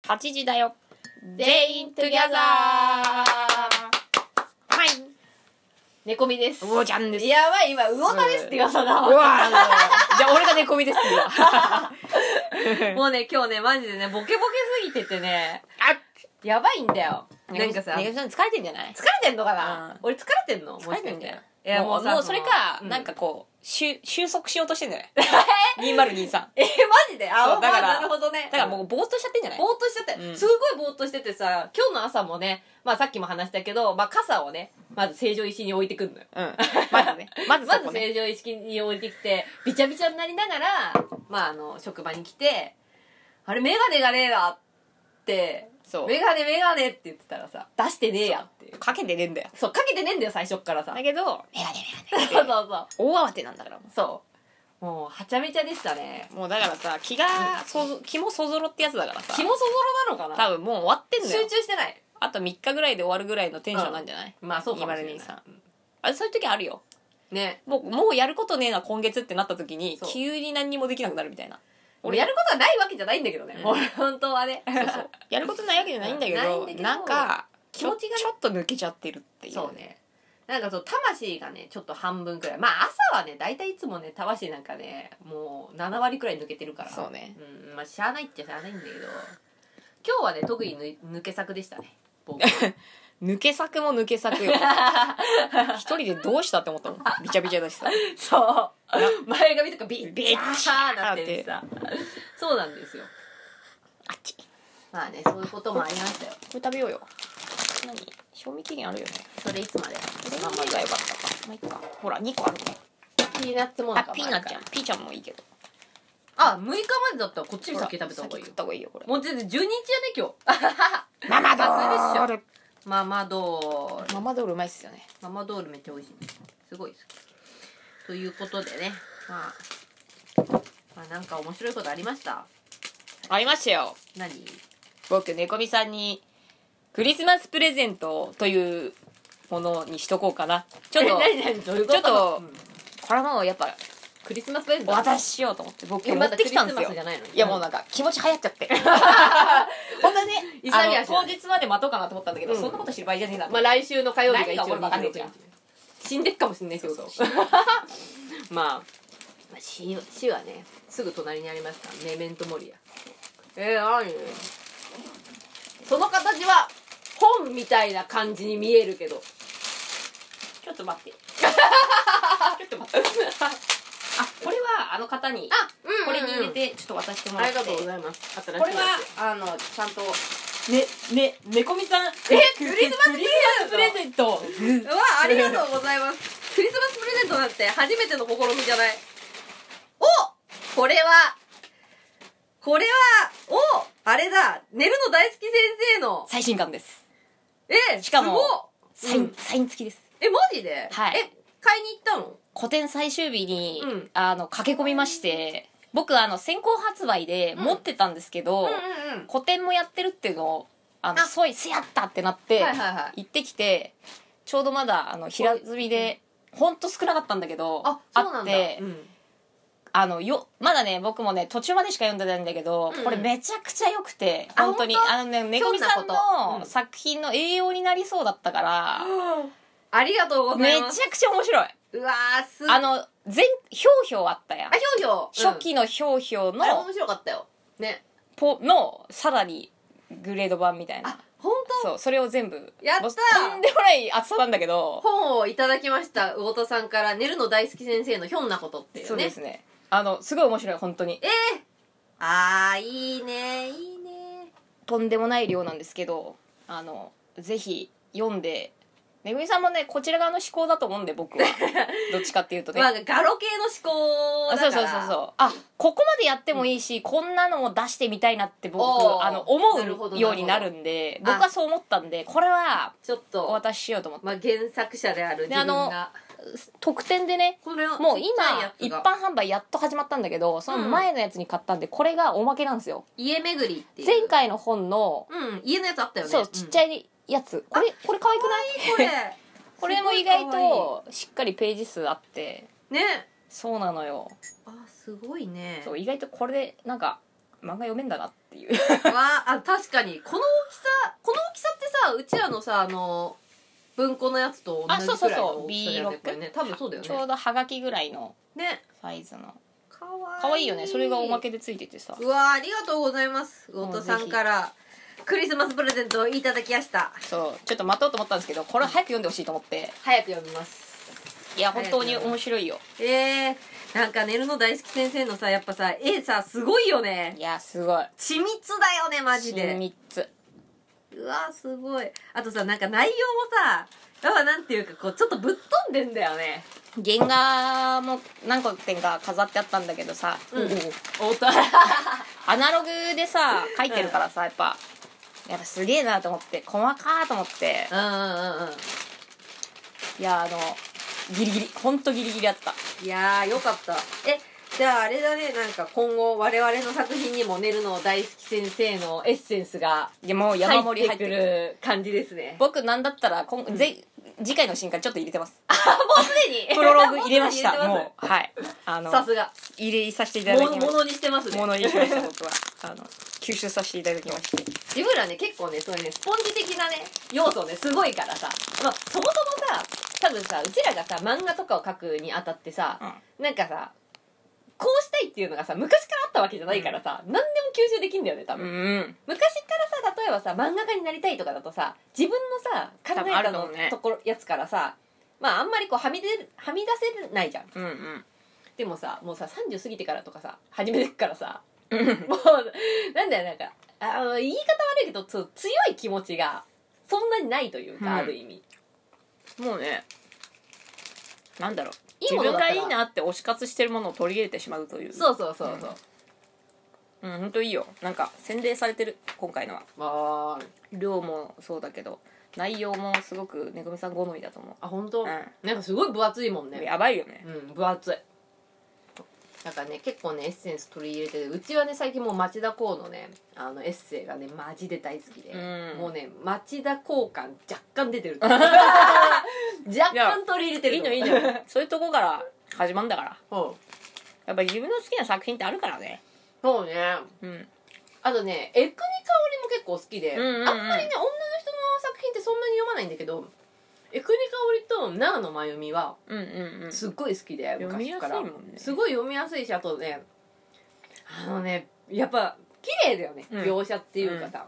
8時だよ全員トゥギャザー。はい寝込みです。 うおちゃんです。 やばい、今魚田ですって言わさだ。 うわじゃあ俺が寝込みですってもうね、今日ね、マジでね、ボケボケすぎててね、 あやばいんだよ。 なんかさ、ねぐみさん疲れてんじゃない？ 疲れてんのかな、 うん、 俺疲れてんの？ 疲れてんじゃない？ いやもうそれか、なんかこう収束しようとしてんじゃない2023。 マジで？ そうだからなるほどね。 だからもうぼーっとしちゃってんじゃない？ ぼーっとしちゃって、すごいぼーっとしててさ、今日の朝もね、まあさっきも話したけど、まあ傘をね、まず成城石井に置いてくんのよ。 まずね。まずそこね。 成城石井に置いてきて、びちゃびちゃになりながら、まあ職場に来て、あれメガネがねえなって、メガネって言ってたらさ、出してねえやっていう。 かけてねえんだよ。 そう、かけてねえんだよ、最初っからさ。 だけど、メガネそうそうそう。 大慌てなんだからもう。 そう。もう、はちゃめちゃでしたね。 もうだからさ、気もそぞろってやつだからさ。 気もそぞろなのかな？ 多分もう終わってんのよ。 集中してない。 あと3日ぐらいで終わるぐらいのテンションなんじゃない？ まあそうかもしれない。 2023。あれ、そういう時あるよ。 ね。 もうやることねえな、今月ってなった時に、急に何にもできなくなるみたいな。 俺やることはないわけじゃないんだけどね。俺本当はね。 そうそう。やることないわけじゃないんだけど、なんか、 気持ちがちょっと抜けちゃってるっていう。 そうね。なんか魂がね、ちょっと半分くらい。まあ朝はね、大体いつもね、魂なんかね、もう7割くらい抜けてるから。 そうね。 うん、まあしゃあないっちゃしゃあないんだけど、今日はね、特に抜け作でしたね。僕抜け作も抜け作よ。一人でどうしたって思ったもん。びちゃびちゃだしさ。 そう。前髪とかビッビッチャーなってるしさ。そうなんですよ。 あっち。 まあね、そういうこともありましたよ。 これ食べようよ。何？賞味期限あるよね。 それいつまで？ まあまだよかったか。まあいいか。ほら、2個あるね。 ピーナッツもなんかピーナッツちゃん。ピーちゃんもいいけど。 あ、6日までだったらこっちに先食べた方がいいよ。 食った方がいいよ、これ。 もう全然12日やね、今日。 ママドール。 ママドール。 ママドールうまいっすよね。 ママドールめっちゃ美味しい。すごい好き。ということでね、まあなんか面白いことありました？ ありましたよ。 何？ 僕、猫みさんにクリスマスプレゼントというものにしとこうかな。ちょっと、これもやっぱクリスマスプレゼントお渡ししようと思って僕持ってきたんですよ。いやもうなんか気持ち流行っちゃって。本当はね、当日まで待とうかなと思ったんだけど、そんなことしてる場合じゃねえな。 まあ来週の火曜日が一応分かんねえじゃん。 死んでっかもしんないけど。まあ死はね、すぐ隣にありますから、メメントモリア。何？その形は本みたいな感じに見えるけど。 ちょっと待って。ちょっと待って。あ、これはあの方にこれに入れてちょっと渡してもらって。 ありがとうございます。 これはちゃんと猫みさんクリスマスプレゼント。うわ、 ありがとうございます。クリスマスプレゼントなんて初めての試みじゃない。お、これはあれだ、寝るの大好き先生の最新刊です。 しかもサイン付きです。 マジで？ はい。 買いに行ったの？ 個展最終日に駆け込みまして、僕先行発売で持ってたんですけど、個展もやってるっていうのをそうやったってなって行ってきて、ちょうどまだ平積みでほんと少なかったんだけどあって、まだね僕もね途中までしか読んでないんだけど、これめちゃくちゃ良くて本当に猫みさんの作品の栄養になりそうだったから、 ありがとうございます。 めちゃくちゃ面白い。 うわー、ひょうあったやん。初期のひょうのあれ面白かったよね。 のさらにグレード版みたいな。 あ、本当？ そう、それを全部やったー。 とんでもない厚さなんだけど、 本をいただきました。魚田さんから寝るの大好き先生のひょんなことっていうね。 そうですね。すごい面白い本当に。 いいねいいね。 とんでもない量なんですけど、ぜひ読んで。めぐみさんもねこちら側の思考だと思うんで僕はどっちかっていうとね、 ガロ系の思考だから。 そうここまでやってもいいし、こんなのも出してみたいなって僕思うようになるんで、僕はそう思ったんでこれはちょっとお渡ししようと思って、 原作者である自分が特典でね、もう今一般販売やっと始まったんだけど、その前のやつに買ったんでこれがおまけなんですよ。 家巡りっていう前回の本の家のやつあったよね。 そうちっちゃいやつ、これ可愛くない？これも意外としっかりページ数あってね。 そうなのよ。 すごいね。 そう意外とこれでなんか漫画読めんだなってっていう確かにこの大きさってさ、うちらのさ文庫のやつと同じくらいの大きさだよね。 B6 多分そうだよね。 ちょうどはがきぐらいのね、 サイズのかわいいよね。それがおまけでついててさ、 うわありがとうございます。後藤さんからクリスマスプレゼントをいただきました。 そうちょっと待とうと思ったんですけど、これ早く読んでほしいと思って。 早く読みます。 いや本当に面白いよ。 なんか寝るの大好き先生のさ、やっぱさ絵さすごいよね。 いやすごい緻密だよねマジで。 緻密。 うわすごい。あとさ、なんか内容もさ、やっぱなんていうかこうちょっとぶっ飛んでんだよね。 原画も何個点か飾ってあったんだけどさ、アナログでさ描いてるからさ、やっぱすげえなと思って、細かーと思って、いやギリギリ、ほんとギリギリあった。 いやーよかった。じゃああれだね、なんか今後我々の作品にも寝るの大好き先生のエッセンスがもう山盛り入ってくる感じですね。 僕なんだったら次回の新刊ちょっと入れてます。 もうすでにプロローグ入れました。もうはい、 さすが入れさせていただきました。 ものにしてますね。 ものにしました僕は吸収させていただきまして。 自分らね結構ねそういうねスポンジ的なね要素ねすごいからさ、そもそもさ多分さうちらがさ漫画とかを描くにあたってさ、なんかさこうしたいっていうのがさ昔からあったわけじゃないからさ、何でも吸収できんだよね多分、昔からさ例えばさ漫画家になりたいとかだとさ自分のさ考えたのところやつからさ、まああんまりこうはみ出せないじゃん、でもさもうさ30過ぎてからとかさ始めてくからさもうなんだよ、なんか言い方悪いけど強い気持ちがそんなにないというか、ある意味もうね、なんだろう、自分がいいなって推し活してるものを取り入れてしまうという。 そうほんといいよ。なんか洗練されてる今回のは。量もそうだけど内容もすごくねぐみさん好みだと思う。 本当、なんかすごい分厚いもんね。 やばいよね。 分厚い。なんかね結構ねエッセンス取り入れて、うちはね最近もう町田公のねエッセイがねマジで大好きで、もうね町田公感若干出てる若干取り入れてる。 いいのそういうとこから始まるんだから。やっぱ自分の好きな作品ってあるからね。 そうね。あとね江国香織も結構好きで、あんまりね女の人の作品ってそんなに読まないんだけど、江国香織と長野真由美はすっごい好きで、昔からすごい読みやすいし、あとねやっぱ綺麗だよね、描写っていうかさ。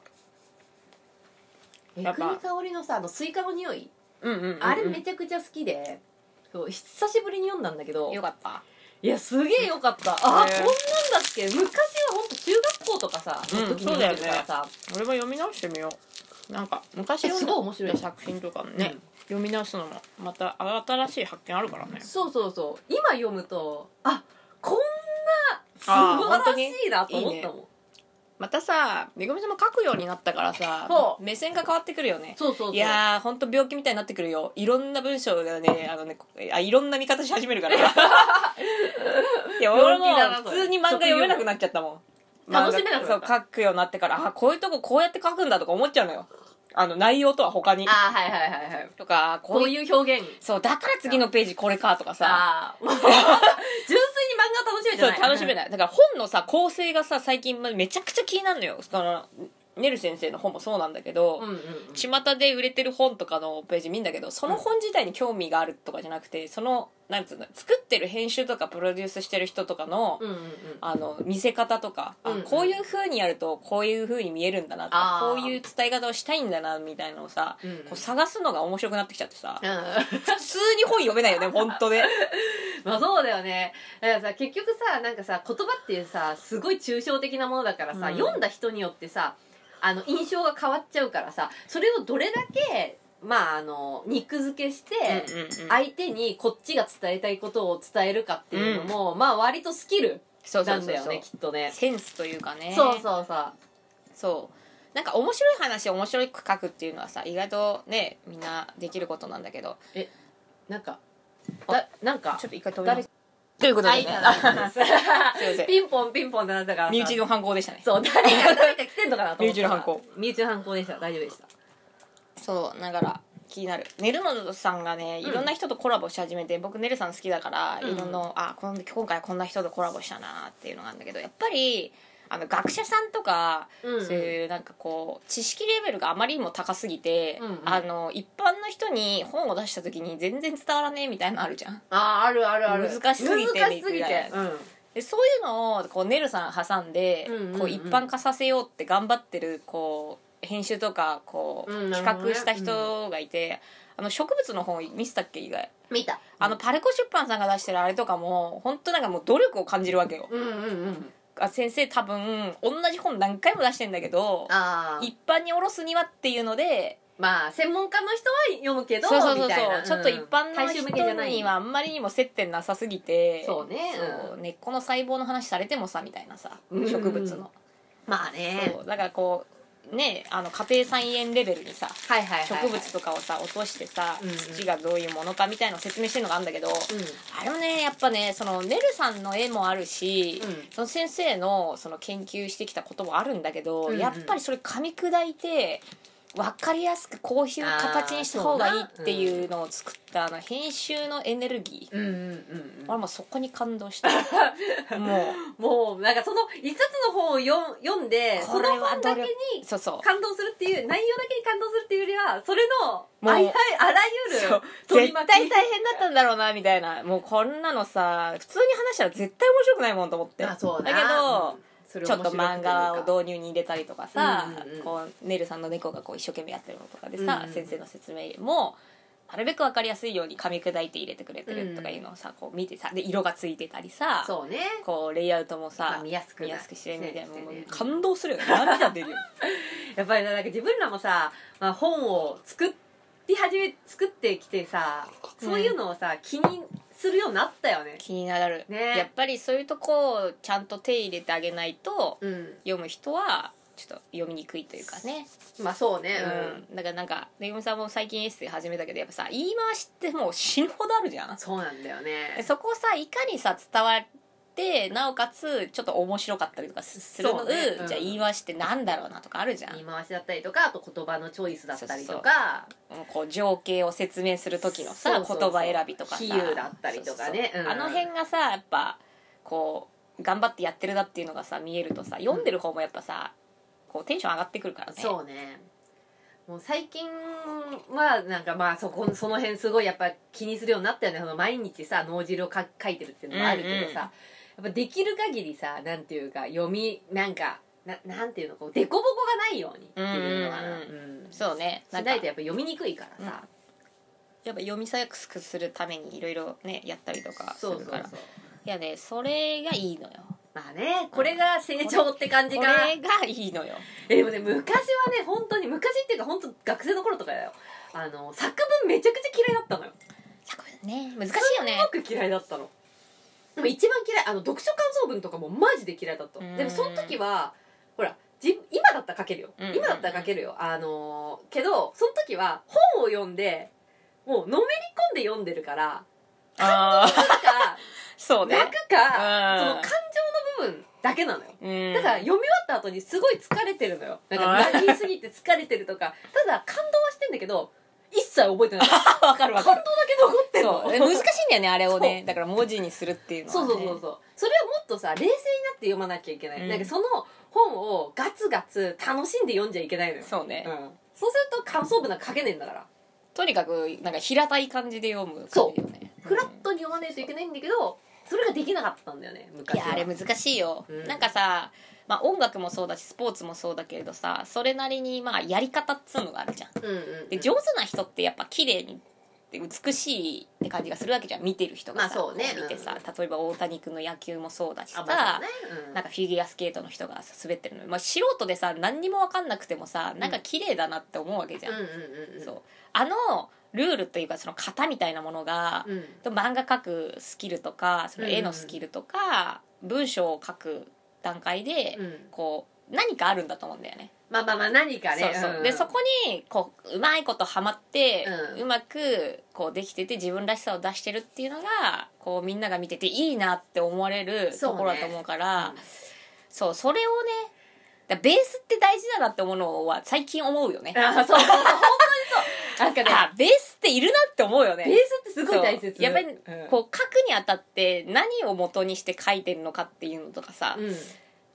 江国香織のさスイカの匂い、あれめちゃくちゃ好きで、久しぶりに読んだんだけど、 よかった。 いやすげえよかった。こんなんだっけ。昔はほんと中学校とかさの時に読んでるからさ、 俺も読み直してみよう。なんか昔読んだ作品とかね、読み直すのもまた新しい発見あるからね。 そう今読むとこんな素晴らしいなと思ったもん。 またさめぐみさんも書くようになったからさ、目線が変わってくるよね。いやーほんと病気みたいになってくるよ。いろんな文章がねいろんな見方し始めるからいや俺も普通に漫画読めなくなっちゃったもん。 楽しめなくなった。 書くようになってからこういうとここうやって書くんだとか思っちゃうのよ。内容とは他にとかこういう表現、 そうだから次のページこれかとかさ、 純粋に漫画楽しめてない。 楽しめない。だから本のさ構成がさ最近めちゃくちゃ気になるのよ。ねる先生の本もそうなんだけど、巷で売れてる本とかのページ見んだけど、その本自体に興味があるとかじゃなくて、そのなんつうの作ってる編集とかプロデュースしてる人とかの、見せ方とか、こういう風にやるとこういう風に見えるんだなとか、こういう伝え方をしたいんだなみたいなのをさ、こう探すのが面白くなってきちゃってさ、普通に本読めないよね本当で。 まあそうだよね。だからさ結局さなんかさ言葉ってさすごい抽象的なものだからさ、読んだ人によってさ印象が変わっちゃうからさ、それをどれだけ肉付けして相手にこっちが伝えたいことを伝えるかっていうのも、まあ割とスキルなんだよね、きっとね。 センスというかね。そうなんか面白い話を面白く書くっていうのはさ意外とねみんなできることなんだけど、 なんかちょっと一回止めます。ということでね、すいません、 ピンポンピンポンってなったから身内の犯行でしたね。 そう誰か来てんのかなと思った。身内の犯行でした。大丈夫でした。 そうだから気になる。ねるのさんがねいろんな人とコラボし始めて、僕ねるさん好きだからいろんな今回こんな人とコラボしたなっていうのがあるんだけど、やっぱり学者さんとか、 うんうん、 そういうなんかこう知識レベルがあまりにも高すぎて、 うんうん、 一般の人に本を出した時に全然伝わらねえみたいなのあるじゃん。 あるあるある、 難しすぎて難しすぎて、 でそういうのをこうネルさん挟んで、 うんうんうん、 こう一般化させようって頑張ってるこう編集とかこう、企画した人がいて、植物の本見せたっけ以外見た。 パレコ出版さんが出してるあれとかも本当なんかもう努力を感じるわけよ。 うんうんうん、 先生多分同じ本何回も出してんだけど、一般に下ろすにはっていうので、 まあ専門家の人は読むけどそうみたいな、 ちょっと一般の人にはあんまりにも接点なさすぎて、 そうね、 根っこの細胞の話されてもさみたいなさ、植物の、 まあね、 そうだからこうね、家庭菜園レベルにさ、植物とかをさ落としてさ、土がどういうものかみたいなのを説明してるのがあるんだけど、あれもねやっぱね、そのネルさんの絵もあるし、その先生のその研究してきたこともあるんだけど、やっぱりそれ噛み砕いて分かりやすくこういう形にした方がいいっていうのを作った編集のエネルギー、俺もそこに感動したもうなんかその一冊の本を読んでその本だけに感動するっていう、内容だけに感動するっていうよりはそれのあらゆる絶対大変だったんだろうなみたいな、もうこんなのさ普通に話したら絶対面白くないもんと思って。だけどちょっと漫画を導入に入れたりとかさ、こうネルさんの猫がこう一生懸命やってるのとかでさ、先生の説明もなるべく分かりやすいように噛み砕いて入れてくれてるとかいうのをさ、こう見てさ、で色がついてたりさ、 そうね、 こうレイアウトもさ、 見やすくしてるみたいな、もう感動するよね、涙出るよやっぱりなんか自分らもさ、本を作ってきてさ、そういうのをさ、気にするようになったよね。 気になる、やっぱりそういうとこをちゃんと手入れてあげないと、読む人はちょっと読みにくいというかね。 まあそうね、 だからなんかめぐみさんも最近エッセイ始めたけど、やっぱさ言い回しってもう死ぬほどあるじゃん。 そうなんだよね。 そこをさいかにさ伝わってなおかつちょっと面白かったりとかするの、じゃあ言い回しってなんだろうなとかあるじゃん。 言い回しだったりとか、あと言葉のチョイスだったりとか、 こう情景を説明する時のさ言葉選びとかさ、 比喩だったりとかね、 あの辺がさやっぱこう頑張ってやってるなっていうのがさ見えるとさ、読んでる方もやっぱさこうテンション上がってくるからね。 そうね。もう最近はなんかまあその辺すごいやっぱ気にするようになったよね。毎日さ脳汁を書いてるっていうのもあるけどさ、やっぱできる限りさ、なんていうかなんかなんていうの、こうデコボコがないようにっていうのはそうね、 しないとやっぱ読みにくいからさ、 やっぱ読みやすくするためにいろいろねやったりとかするから、いやねそれがいいのよ。 まあね、これが成長って感じか。 これがいいのよ。 でもね、昔はね、本当に昔っていうか本当学生の頃とかだよ、作文めちゃくちゃ嫌いだったのよ。 作文ね難しいよね。 すごく嫌いだったの。でも一番嫌い、読書感想文とかもマジで嫌いだったの。でもその時はほら今だったら書けるよ、今だったら書けるよ、けどその時は本を読んでもうのめり込んで読んでるから感動するかそうね、 泣くか、その感情の部分だけなのよ。だから読み終わった後にすごい疲れてるのよ。なんか泣きすぎて疲れてるとか、ただ感動はしてんだけど一切覚えてない。 わかるわかる。 感動だけ残ってるの。 難しいんだよねあれをね。だから文字にするっていうのはね。 そう。それをもっとさ冷静になって読まなきゃいけない。なんかその本をガツガツ楽しんで読んじゃいけないのよ。 そうね。 そうすると感想文なんか書けねえんだから。 とにかくなんか平たい感じで読む感じよね。 フラットに読まないといけないんだけど、それができなかったんだよね昔は。 いやあれ難しいよ。なんかさ。音楽もそうだしスポーツもそうだけれどさ、それなりにやり方っつうのがあるじゃん。で上手な人ってやっぱ綺麗に美しいって感じがするわけじゃん、見てる人がさ、見てさ、例えば大谷君の野球もそうだしさ、なんかフィギュアスケートの人が滑ってるの、素人でさ何にも分かんなくてもさなんか綺麗だなって思うわけじゃん。そうルールというかその型みたいなものが、漫画描くスキルとかその絵のスキルとか、文章を書く段階で、こう何かあるんだと思うんだよね。 何かね。 でそこにこううまいことハマって、うまくこうできてて自分らしさを出してるっていうのがこうみんなが見てていいなって思われるところだと思うから、それをね、ベースって大事だなって思うのは最近思うよね。 本当にそう。なんかね、 ベースっているなって思うよね。 ベースってすごい大切。 やっぱりこう書くにあたって何を元にして書いてるのかっていうのとかさ、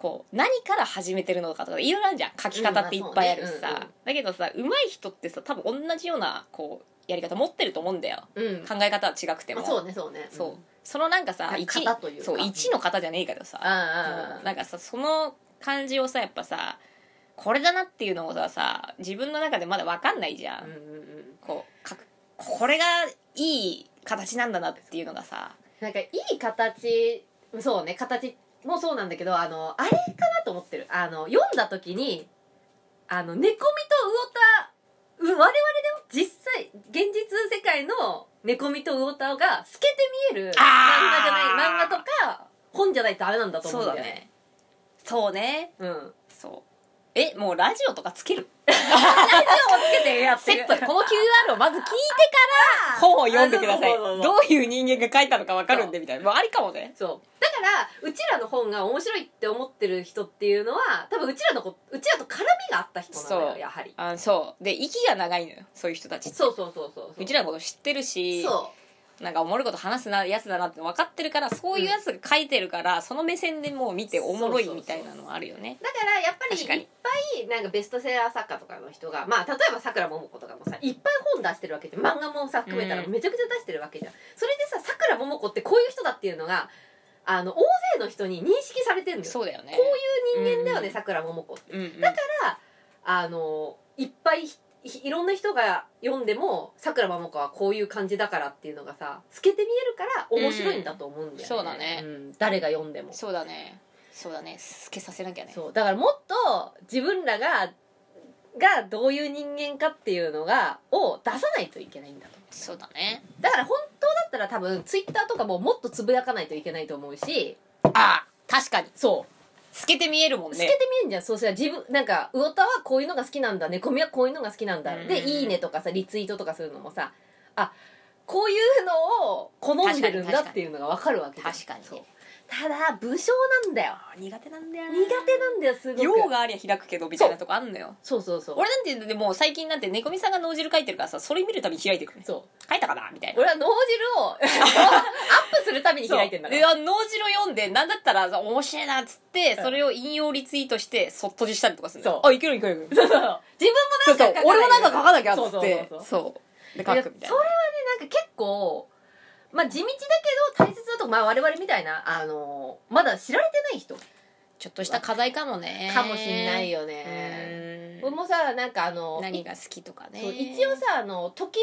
こう何から始めてるのかとかいろいろあるじゃん、書き方っていっぱいあるしさ、だけどさ上手い人ってさ多分同じようなこうやり方持ってると思うんだよ、考え方は違くても、 そうねそうね、 そうそのなんかさ型というかそう1の型じゃねえけどさ、なんかさその感じをさやっぱさこれだなっていうのをさ自分の中でまだ分かんないじゃん、これがいい形なんだなっていうのがさ、 なんかいい形、そうね形もそうなんだけど、あれかなと思ってる、読んだ時に猫みと魚田、我々でも実際現実世界の猫みと魚田が透けて見える漫画とか本じゃないとダメなんだと思うんだよね。 そうね、そうもうラジオとかつけるラジオもつけてやってるセットでこの QR をまず聞いてから本を読んでください、どういう人間が書いたのか分かるんでみたいな、もうありかもね。 そうだからうちらの本が面白いって思ってる人っていうのは多分うちらと絡みがあった人なんだよ、やはり。 そうで息が長いのよそういう人たちって。 そううちらのこと知ってるし、 そうなんかおもろいこと話すやつだなって分かってるから、そういうやつが書いてるから、その目線でもう見ておもろいみたいなのはあるよね。 だからやっぱりいっぱいなんかベストセラー作家とかの人が、まあ例えばさくらももことかもさいっぱい本出してるわけで、漫画もさ含めたらめちゃくちゃ出してるわけじゃん、それでささくらももこってこういう人だっていうのが大勢の人に認識されてるんだよ。 そうだよね、 こういう人間だよね、さくらももこって、だからいっぱいいろんな人が読んでもさくらももこはこういう感じだからっていうのがさ透けて見えるから面白いんだと思うんだよね、 そうだね、 誰が読んでもそうだね透けさせなきゃね。 そうだからもっと自分らがどういう人間かっていうのを出さないといけないんだと。 そうだね、 だから本当だったら多分ツイッターとかももっとつぶやかないといけないと思うし、 確かにそう透けて見えるもんね。 透けて見えんじゃん。そうしたら自分なんか魚田はこういうのが好きなんだ、猫みはこういうのが好きなんだ、でいいねとかさリツイートとかするのもさこういうのを好んでるんだっていうのが分かるわけじゃん。 確かにそうただ武将なんだよ。 苦手なんだよ苦手なんだよすごく。 用がありゃ開くけどみたいなとこあんのよ。 そう俺なんてでも最近なんて猫みさんが脳汁書いてるからさ、それ見るたびに開いてくるね。 そう書いたかなみたいな。 俺は脳汁をアップするたびに開いてんだから。 いや脳汁を読んでなんだったらさ面白いなっつって、それを引用リツイートしてそっとじしたりとかするの。いけるいける。 そう自分もなんか俺もなんか書かなきゃっつって。 そうで書くみたいな。それはねなんか結構地道だけど大切だと、我々みたいなまだ知られてない人ちょっとした課題かもね。 かもしんないよね。俺もさなんか何が好きとかね。 一応さ時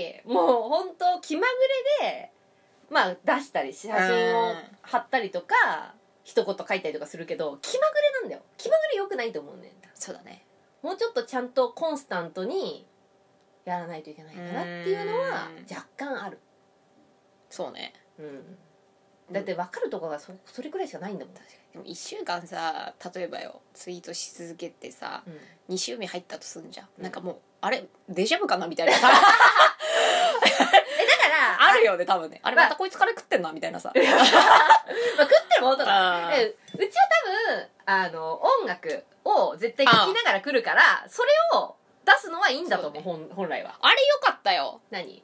々もう本当気まぐれで出したり写真を貼ったりとか一言書いたりとかするけど、気まぐれなんだよ。気まぐれ良くないと思うねん。 そうだね。 もうちょっとちゃんとコンスタントにやらないといけないかなっていうのは若干ある。 そうね、 だって分かるところがそれくらいしかないんだもん。確かに。でも1週間さ例えばよツイートし続けてさ、2週目入ったとすんじゃん、なんかもうあれデジャブかなみたいなさだからあるよね多分ね。あれまたこいつカレー食ってんなみたいなさ食ってるもんとかうちは多分音楽を絶対聴きながら来るからそれを出すのはいいんだと思う、本来は。 あれよかったよ。 何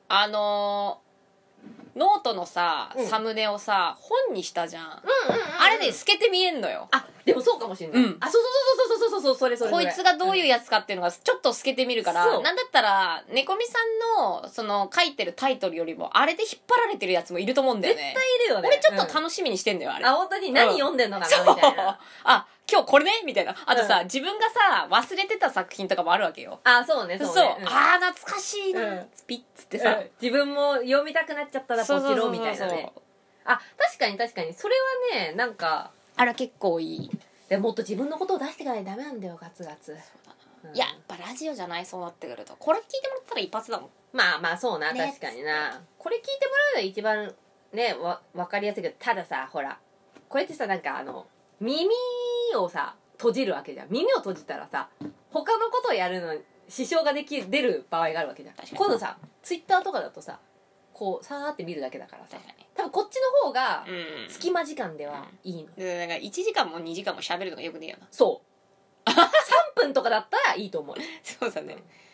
ノートのさ、サムネをさ本にしたじゃん、あれで透けて見えんのよ。 でもそうかもしんない、そうそれこいつがどういうやつかっていうのがちょっと透けて見るから、なんだったら猫みさんのその書いてるタイトルよりもあれで引っ張られてるやつもいると思うんだよね。 絶対いるよね。 俺ちょっと楽しみにしてんだよ、あれ。 本当に何読んでんのかなみたいな。 今日これねみたいな。あとさ、自分がさ忘れてた作品とかもあるわけよ。 そうね。 懐かしいな、ピッつってさ、 自分も読みたくなっちゃったらポチろみたいなね。確かにそれはねなんかあら結構いい。 でもっと自分のことを出していかないとダメなんだよ、ガツガツ。 やっぱラジオじゃない、そうなってくると。これ聞いてもらったら一発だもん。 そうな、確かにな。これ聞いてもらうのが一番ね分かりやすいけど、たださほらこれってさなんか耳をさ閉じるわけじゃん。耳を閉じたらさ他のことをやるのに支障が出る場合があるわけじゃん。今度さツイッターとかだとさこうさーって見るだけだからさ、多分こっちの方が隙間時間ではいいの、 なんか1時間も2時間も喋るのがよくねえよな。 そう3分とかだったらいいと思うそうだね。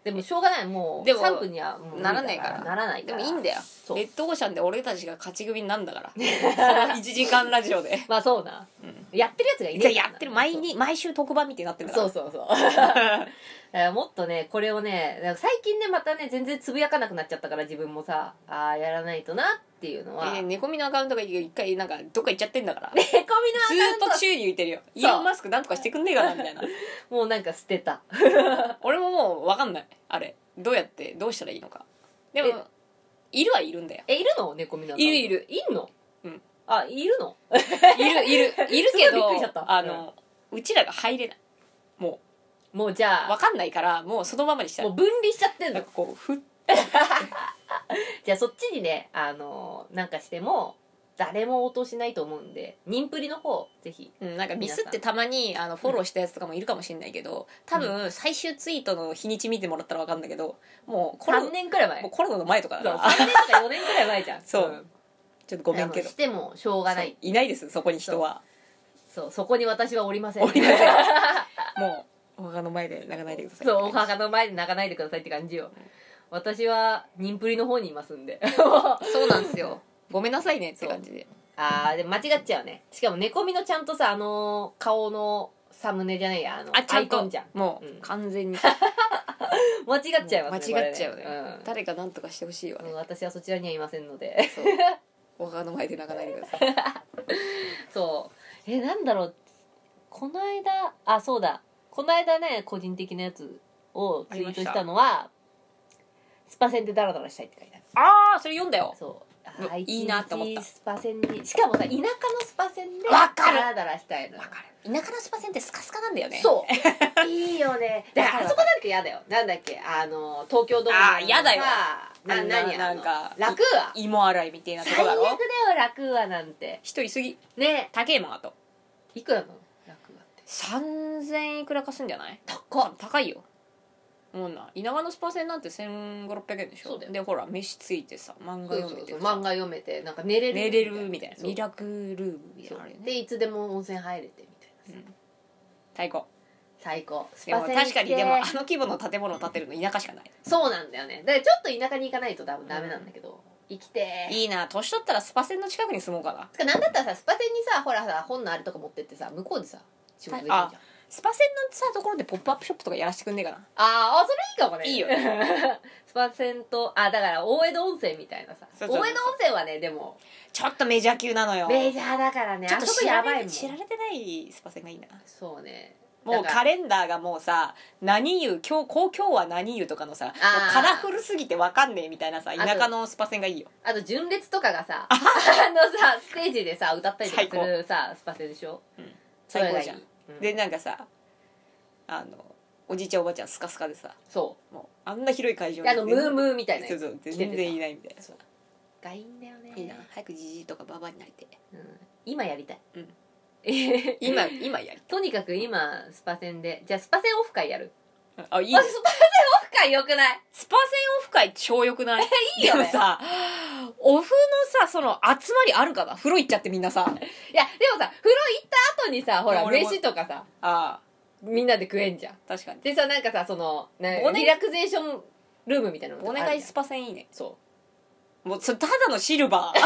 でもしょうがない、もうでも 3分にはもうならないからならないから。 でもいいんだよ。 そうレッドオーシャンで俺たちが勝ち組なんだからその1時間ラジオでまあそうな、やってるやつがいねえからな。 じゃあやってる毎週特番みたいになってるんだからそうそうそうだからもっとねこれをね、なんか最近ねまたね全然つぶやかなくなっちゃったから自分もさ、ああやらないとなっていうのは、 猫みのアカウントが一回なんかどっか行っちゃってんだから猫みのアカウントずーっと宙に浮いてるよ。イーロンマスクなんとかしてくんねえかなみたいなもうなんか捨てた俺ももう分かんないあれどうやってどうしたらいいのか。でもいるはいるんだよ。 いるの猫みのアカウント。 いるいんの。 うんあ、いるのいるけすごいびっくりしちゃったどうちらが入れない。ももうじゃあう分かんないからもうそのままにしたらもう分離しちゃってんのなんかこうふっじゃあそっちにねなんかしても誰も応答しないと思うんで、ニンプリの方ぜひ。 なんかミスってたまにフォローしたやつとかもいるかもしれないけど、多分最終ツイートの日にち見てもらったら分かるんだけど、もう 3年くらい前。 もうコロナの前とかだそうから 3年とか4年くらい前じゃんそうんちょっとごめんけどしてもしょうがない。 いないですそこに人は。 そこに私はおりません。 おりませんもうお墓の前で泣かないでください。 そう、お墓の前で泣かないでくださいって感じよ。私はニンプリの方にいますんでそうなんですよ。ごめんなさいねって感じで。 でも間違っちゃうね。しかも猫みのちゃんとさ顔のサムネじゃないやちゃんとアイコンじゃん。 もう完全に間違っちゃいますね。 間違っちゃうね。 うん誰か何とかしてほしいわね。 私はそちらにはいませんのでそうお墓の前で泣かないでください。 そうなんだろう、この間そうだ、この間ね個人的なやつをツイートしたのはスパ戦でダラダラしたいって書いてある。 ああそれ読んだよ。 そういいなって思った。 スパ戦にしかもさ田舎のスパ戦でわかるダラダラしたいの。 わかる。田舎のスパ戦ってスカスカなんだよね。 そういいよね。だからあそこなんて嫌だよ。なんだっけ東京ドーム嫌だよ。 何なんかラクーア芋洗いみたいなとこ最悪だだろ。 よラクーアなんて。 人いすぎね高えもん。あといくらなのラクーアって。 3000いくらかすんじゃない。高いよ。もうな田舎のスパ戦なんて1500-1600円でしょ。 そうだよでほら飯ついてさ漫画読めてそう漫画読めてなんか寝れるみたいなそうミラクルームみたいなのあるよね。 でいつでも温泉入れてみたいな、 最高。 最高。スでもパ戦確かにでも規模の建物を建てるの田舎しかない。 そうなんだよね。だからちょっと田舎に行かないと多分ダメなんだけど、生きていいな。年取ったらスパ戦の近くに住もうかな。 つかなんだったらさスパ戦にさほらさ本のあれとか持ってってさ向こうでさ仕事できるじゃん。 スパ戦のさところでポップアップショップとかやらせてくんねえかな。 それいいかもね。 いいよスパ戦とだから大江戸温泉みたいなさ。 そうそうそう大江戸温泉はねでもちょっとメジャー級なのよ。 メジャーだからね。 ちょっとあそこやばいもん。 知られてないスパ戦がいいな。 そうね。 もうカレンダーがもうさ何湯今日は何湯とかのさもうカラフルすぎてわかんねえみたいなさ田舎のスパ戦がいいよ。 あと純烈とかがささステージでさ歌ったりとかするさスパ戦でしょ。 最高じゃん。 うんでなんかさおじいちゃんおばあちゃんスカスカでさそうもうあんな広い会場ムームーみたいなそうそう全然いないみたいな。 そうがいいんだよね。 いいな。早くじじいとかババアになりて今やりたい。 今やりとにかく今スパ戦でじゃあスパ戦オフ会やる。 いいスパ戦オフ会よくない？ スパ戦オフ会超よくない？ いいよねでもさオフのさその集まりあるかな。風呂行っちゃってみんなさいやでもさ風呂行った後にさほら俺も飯とかさあみんなで食えんじゃん。 確かにでさなんかさ忘年リラクゼーションルームみたいなのお願いスパ戦いいね。 そうもうそれただのシルバー忘年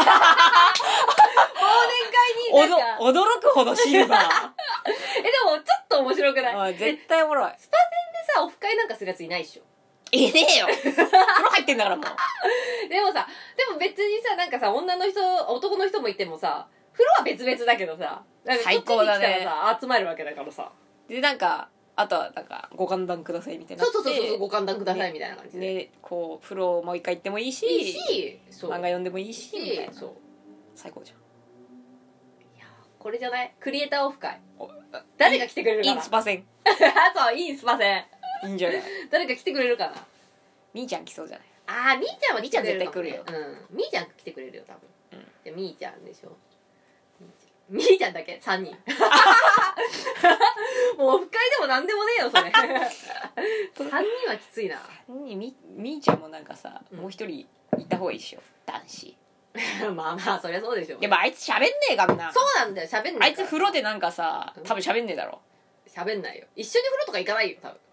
会になんか驚くほどシルバーでもちょっと面白くない？ 絶対おもろい。 スパ戦でさオフ会なんかするやついないっしょ。 いねえよ風呂入ってんだからもうでも別にさなんかさ男の人もいてもさ風呂は別々だけどさなんか最高だねこっちに来たらさ集まるわけだからさでなんかあとはなんかご歓談くださいみたいなそうご歓談くださいみたいな感じで、 でこう風呂もう一回行ってもいいしそう漫画読んでもいいしみたいなそう最高じゃん。 これじゃないクリエイターオフ会誰が来てくれるかな。 インスパ戦そうインスパ戦いいんじゃない。 誰か来てくれるかな。 みーちゃん来そうじゃない。 みーちゃんは来てくれるかもね。 みーちゃん絶対来るよみーちゃん来てくれるよ多分、 うんでみーちゃんでしょ。みーちゃんだけ3人もうオフ会でもなんでもねえよそれ3人はきついな。 みーちゃんもなんかさ、もう一人いた方がいいっしょ男子まあそりゃそうでしょ。 でもあいつ喋んねえからな。 そうなんだよ喋んないあいつ風呂でなんかさ多分喋んねえだろ。 喋んないよ。一緒に風呂とか行かないよ多分。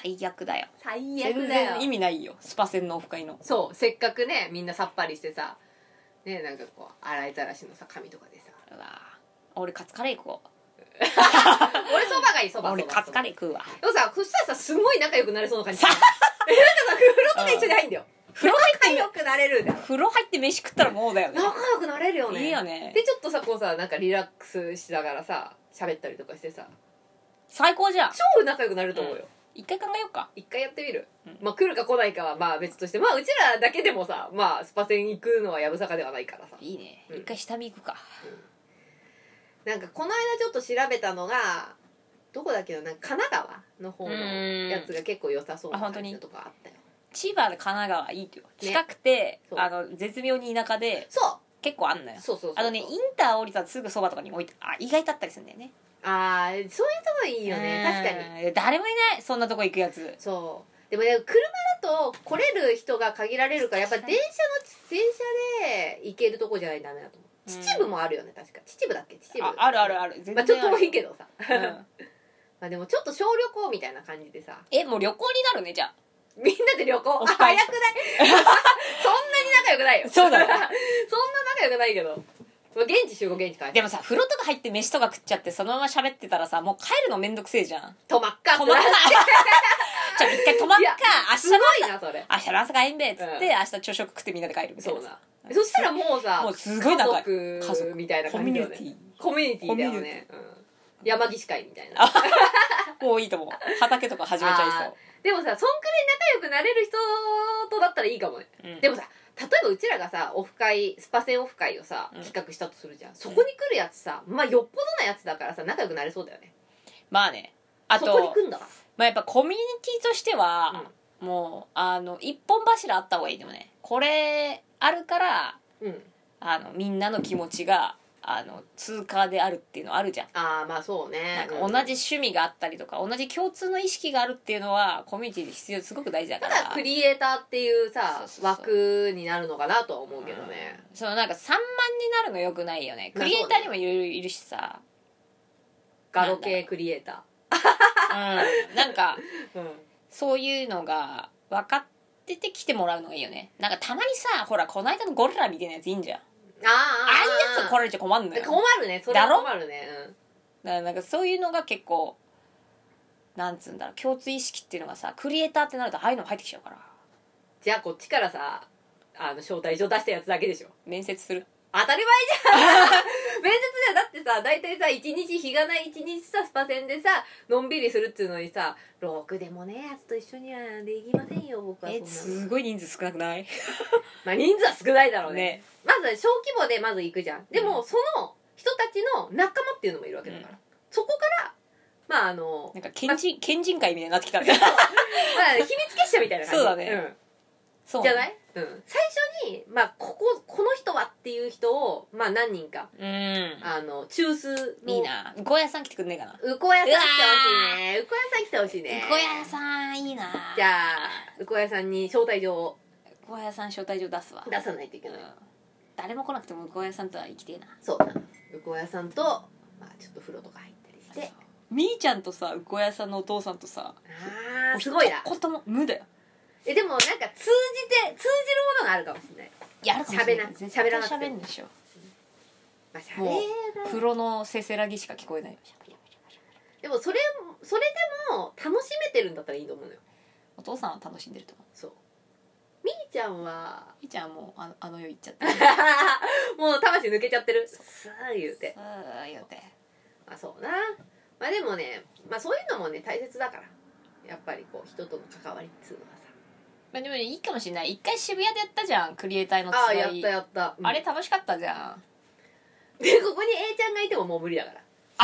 最悪だよ。 最全悪だよ。 然意味ないよ、スパ船のオフ会の。 そう、せっかくねみんなさっぱりしてさね、なんかこう洗いざらしのさ紙とかでさ、 うわ俺カツカレー食おう。 俺そばがいい、そば。 俺カツカレー食うわ。 でもさ、そしたらさすごい仲良くなれそうな感じ。なんかさ風呂とか一緒に入んだよ。 風呂入って仲良くなれるんだよ。 風呂入って飯食ったらもうだよね。 仲良くなれるよね。 いいよね。 でちょっとさこうさなんかリラックスしながらさ喋ったりとかしてさ、 最高じゃん。 超仲良くなれると思うよ。 一回考えようか。 一回やってみる、 うん、 まあ来るか来ないかはまあ別として、まあうちらだけでもさ、まあスパ船行くのはやぶさかではないからさ。 いいね、 うん、 一回下見行くか、 なんかこの間ちょっと調べたのがどこだっけな、なんか神奈川の方のやつが結構良さそうな感じのとかあったよ。 千葉で神奈川いいよ、近くて、 ね、 絶妙に田舎でそう結構あんのよ。 そうインター降りたらすぐそばとかに置いて、意外とあったりするんだよね。 ああそういうとこいいよね。確かに誰もいないそんなとこ行くやつ。 そうでもね、車だと来れる人が限られるからやっぱ電車で行けるとこじゃないとダメだと思う。秩父もあるよね、確か。秩父だっけ、秩父。 ある全然まあちょっと遠いけどさ、 うん、 まあでもちょっと小旅行みたいな感じでさ、 もう旅行になるね。じゃあみんなで旅行早くないそんなに仲良くないよ。 そうだねそんな仲良くないけど、まあ、現地集合現地帰る。 でもさ、風呂とか入って飯とか食っちゃってそのまま喋ってたらさ、もう帰るのめんどくせえじゃん。 泊まっか泊まっか一回泊まっか、明日すごいなそれ。 明日の朝帰んべっつって、明日朝食食ってみんなで帰るみたいな。 そうな。そしたらもうさ、 もうすごい仲家族みたいな感じだよね。コミュニティだよね。山岸会みたいな。 もういいと思う。畑とか始めちゃいそう。 でもさ、そんくらい仲良くなれる人とだったらいいかもね。でもさ、例えばうちらがさオフ会、スパ船オフ会をさ企画したとするじゃん、そこに来るやつさ、まあよっぽどなやつだからさ仲良くなれそうだよね。 まあね。あとそこに来んだから、 まあ、やっぱコミュニティとしては、もう一本柱あった方がいい。でもね、これあるから、みんなの気持ちが通過であるっていうのあるじゃん。 まあそうね。 なんか同じ趣味があったりとか、同じ共通の意識があるっていうのはコミュニティで必要、すごく大事だから。 ただクリエイターっていうさ枠になるのかなとは思うけどね。 そのなんか散漫になるのよくないよね。クリエイターにもいろいろいるしさ、 ガロ系クリエイターなんか、そういうのが分かってて来てもらうのがいいよね。なんかたまにさ、ほらこの間のゴリラみたいなやついいんじゃん。ああいうやつ来られちゃ困るのよ。 困るね、それは困るね。 だからなんかそういうのが結構なんつうんだろう、共通意識っていうのがさ、クリエイターってなるとああいうのも入ってきちゃうから。 じゃあこっちからさ招待状出したやつだけでしょ。 面接する。 当たり前じゃん面接じゃだってさ、大体さ一日日がない一日さスパ船でさのんびりするっていうのにさ、ろくでもねやつと一緒にはできませんよ僕は。そんなすごい人数少なくないまあ人数は少ないだろう ね。まず小規模でまず行くじゃん。でも、その人たちの仲間っていうのもいるわけだから、そこからまあなんか県人会みたいになってきたんだまあ秘密結社みたいな感じ。 そうだね、 そうじゃない、最初にまあこの人はっていう人をまあ何人か中枢の。 いいな。うこ屋さん来てくんねえかな。 うこ屋さん来てほしいね。うこ屋さん来てほしいね。 うこ屋さんいいな。 じゃあうこ屋さんに招待状を。 うこ屋さん招待状出すわ。 出さないといけない、 誰も来なくてもうこ屋さんとは行きてえな。 そうだ、うこ屋さんと、まあ、ちょっと風呂とか入ったりして、 みーちゃんとさ、うこ屋さんのお父さんとさ、 すごいな。 ことも無だよ。 でもなんか通じるものがあるかもしれない。 いや、あるかもしれない。 喋らなくても。 喋んでしょ。 まあ、 もう風呂のせせらぎしか聞こえない。 でもそれでも楽しめてるんだったらいいと思うのよ。 お父さんは楽しんでると思う。 そう。みーちゃんはもうあの世行っちゃってもう魂抜けちゃってる。さあ言うて。まあそうな。まあでもね、まあそういうのもね大切だから。やっぱりこう人との関わりっつうのはさ。 まあでもね、いいかもしれない。一回渋谷でやったじゃん、クリエイターのつやった、 あれ楽しかったじゃん。 でここに A ちゃんがいてももう無理だから。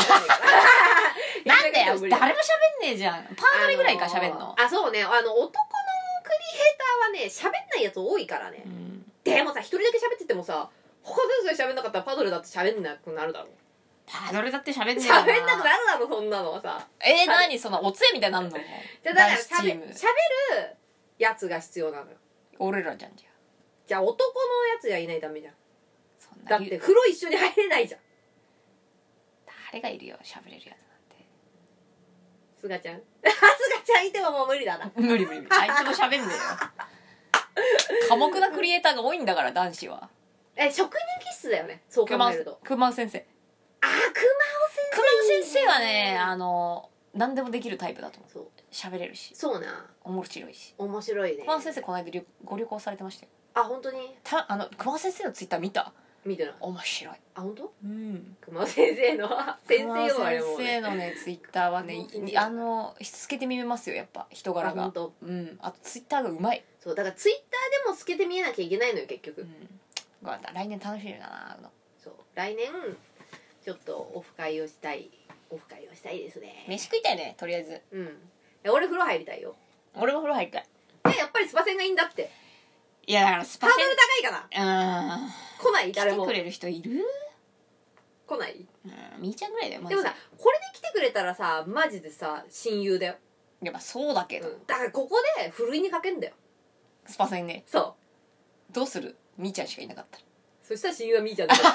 なんだよ、誰も喋んねえじゃん。パートリーぐらいか喋んの。 そうね、男のクリエイターはね喋んないやつ多いからね、でもさ一人だけ喋っててもさ他のやつが喋んなかったらパドルだって喋んなくなるだろ。 パドルだって喋んねえよな。 喋んなくなるだろそんなのはさ。 何そのおつえみたいになんの。 じゃあだから喋るやつが必要なのよ。 俺らじゃん。 じゃあ男のやつじゃいないとダメじゃん。 そんなだって風呂一緒に入れないじゃん。 誰がいるよ喋れるやつなんて。 すがちゃんすがちちゃんいてももう無理だな。 無理無理無理。あいつも喋んねえよ。寡黙なクリエイターが多いんだから男子は。 職人気質だよね、そう考えると。 熊尾先生。 熊尾先生はね、何でもできるタイプだと思う。そう喋れるし、 そうな、 面白いし。 面白いね。 熊尾先生この間ご旅行されてましたよ。 あ、本当に。 熊尾先生のツイッター見た？ 見てない。 面白い。 あ、本当？ うん。 熊尾先生の先生よ、あれもね。先生のねツイッターはね、しつけて見えますよ、やっぱ人柄が。 本当。 うん。あとツイッターがうまい。 そうだからツイッターでも透けて見えなきゃいけないのよ結局。うん。 来年楽しみだな。 そう来年ちょっとオフ会をしたいですね。 飯食いたいね、とりあえず。 うん。俺風呂入りたいよ。 俺も風呂入りたい。 やっぱりスパセンがいいんだって。 いやだからスパセンハードル高いかな。来ない？誰も来てくれる人いる？ 来ない？ みーちゃんぐらいだよ。 でもさ、これで来てくれたらさ、マジでさ親友だよ。 やっぱそうだけど、 だからここでふるいにかけんだよ、 スパセンね。 そうどうする？みーちゃんしかいなかったら。 そしたら親友はみーちゃんだよ。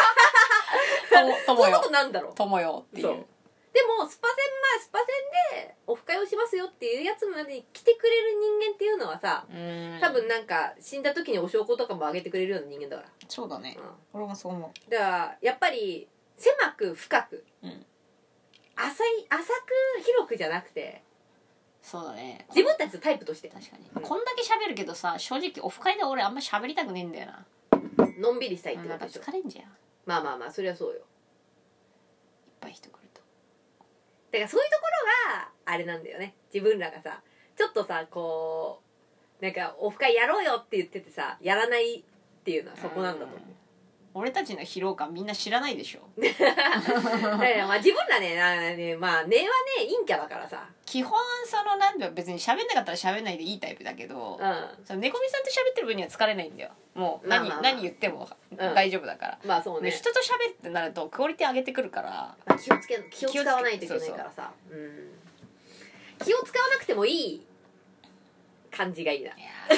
そういうことなんだろう。 友よっていう。 でもスパセンでオフ会をしますよっていうやつまでに来てくれる人間っていうのはさ、多分なんか死んだ時にお証拠とかもあげてくれるような人間だから。 そうだね、俺もそう思う。だからやっぱり狭く深く、浅く広くじゃなくて、 そうだね、 自分たちのタイプとして。 確かに、こんだけ喋るけどさ、正直オフ会で俺あんま喋りたくねえんだよな。 のんびりしたいってことでしょ。疲れんじゃん。 まあそれはそうよ。いっぱい人来ると。 だからそういうところがあれなんだよね。自分らがさ、ちょっとさ、こうなんかオフ会やろうよって言っててさ、やらないっていうのはそこなんだと思う。 俺たちの疲労感みんな知らないでしょ。 だからまあ自分らね、まあ根はね陰キャだからさ、 基本そのなんだよ、別に喋んなかったら喋んないでいいタイプだけど、その猫みさんと喋ってる分には疲れないんだよ。もう何言っても大丈夫だから。まあそうね。人と喋るってなるとクオリティ上げてくるから、 気を使わないといけないからさ、気を使わなくてもいい感じがいいな。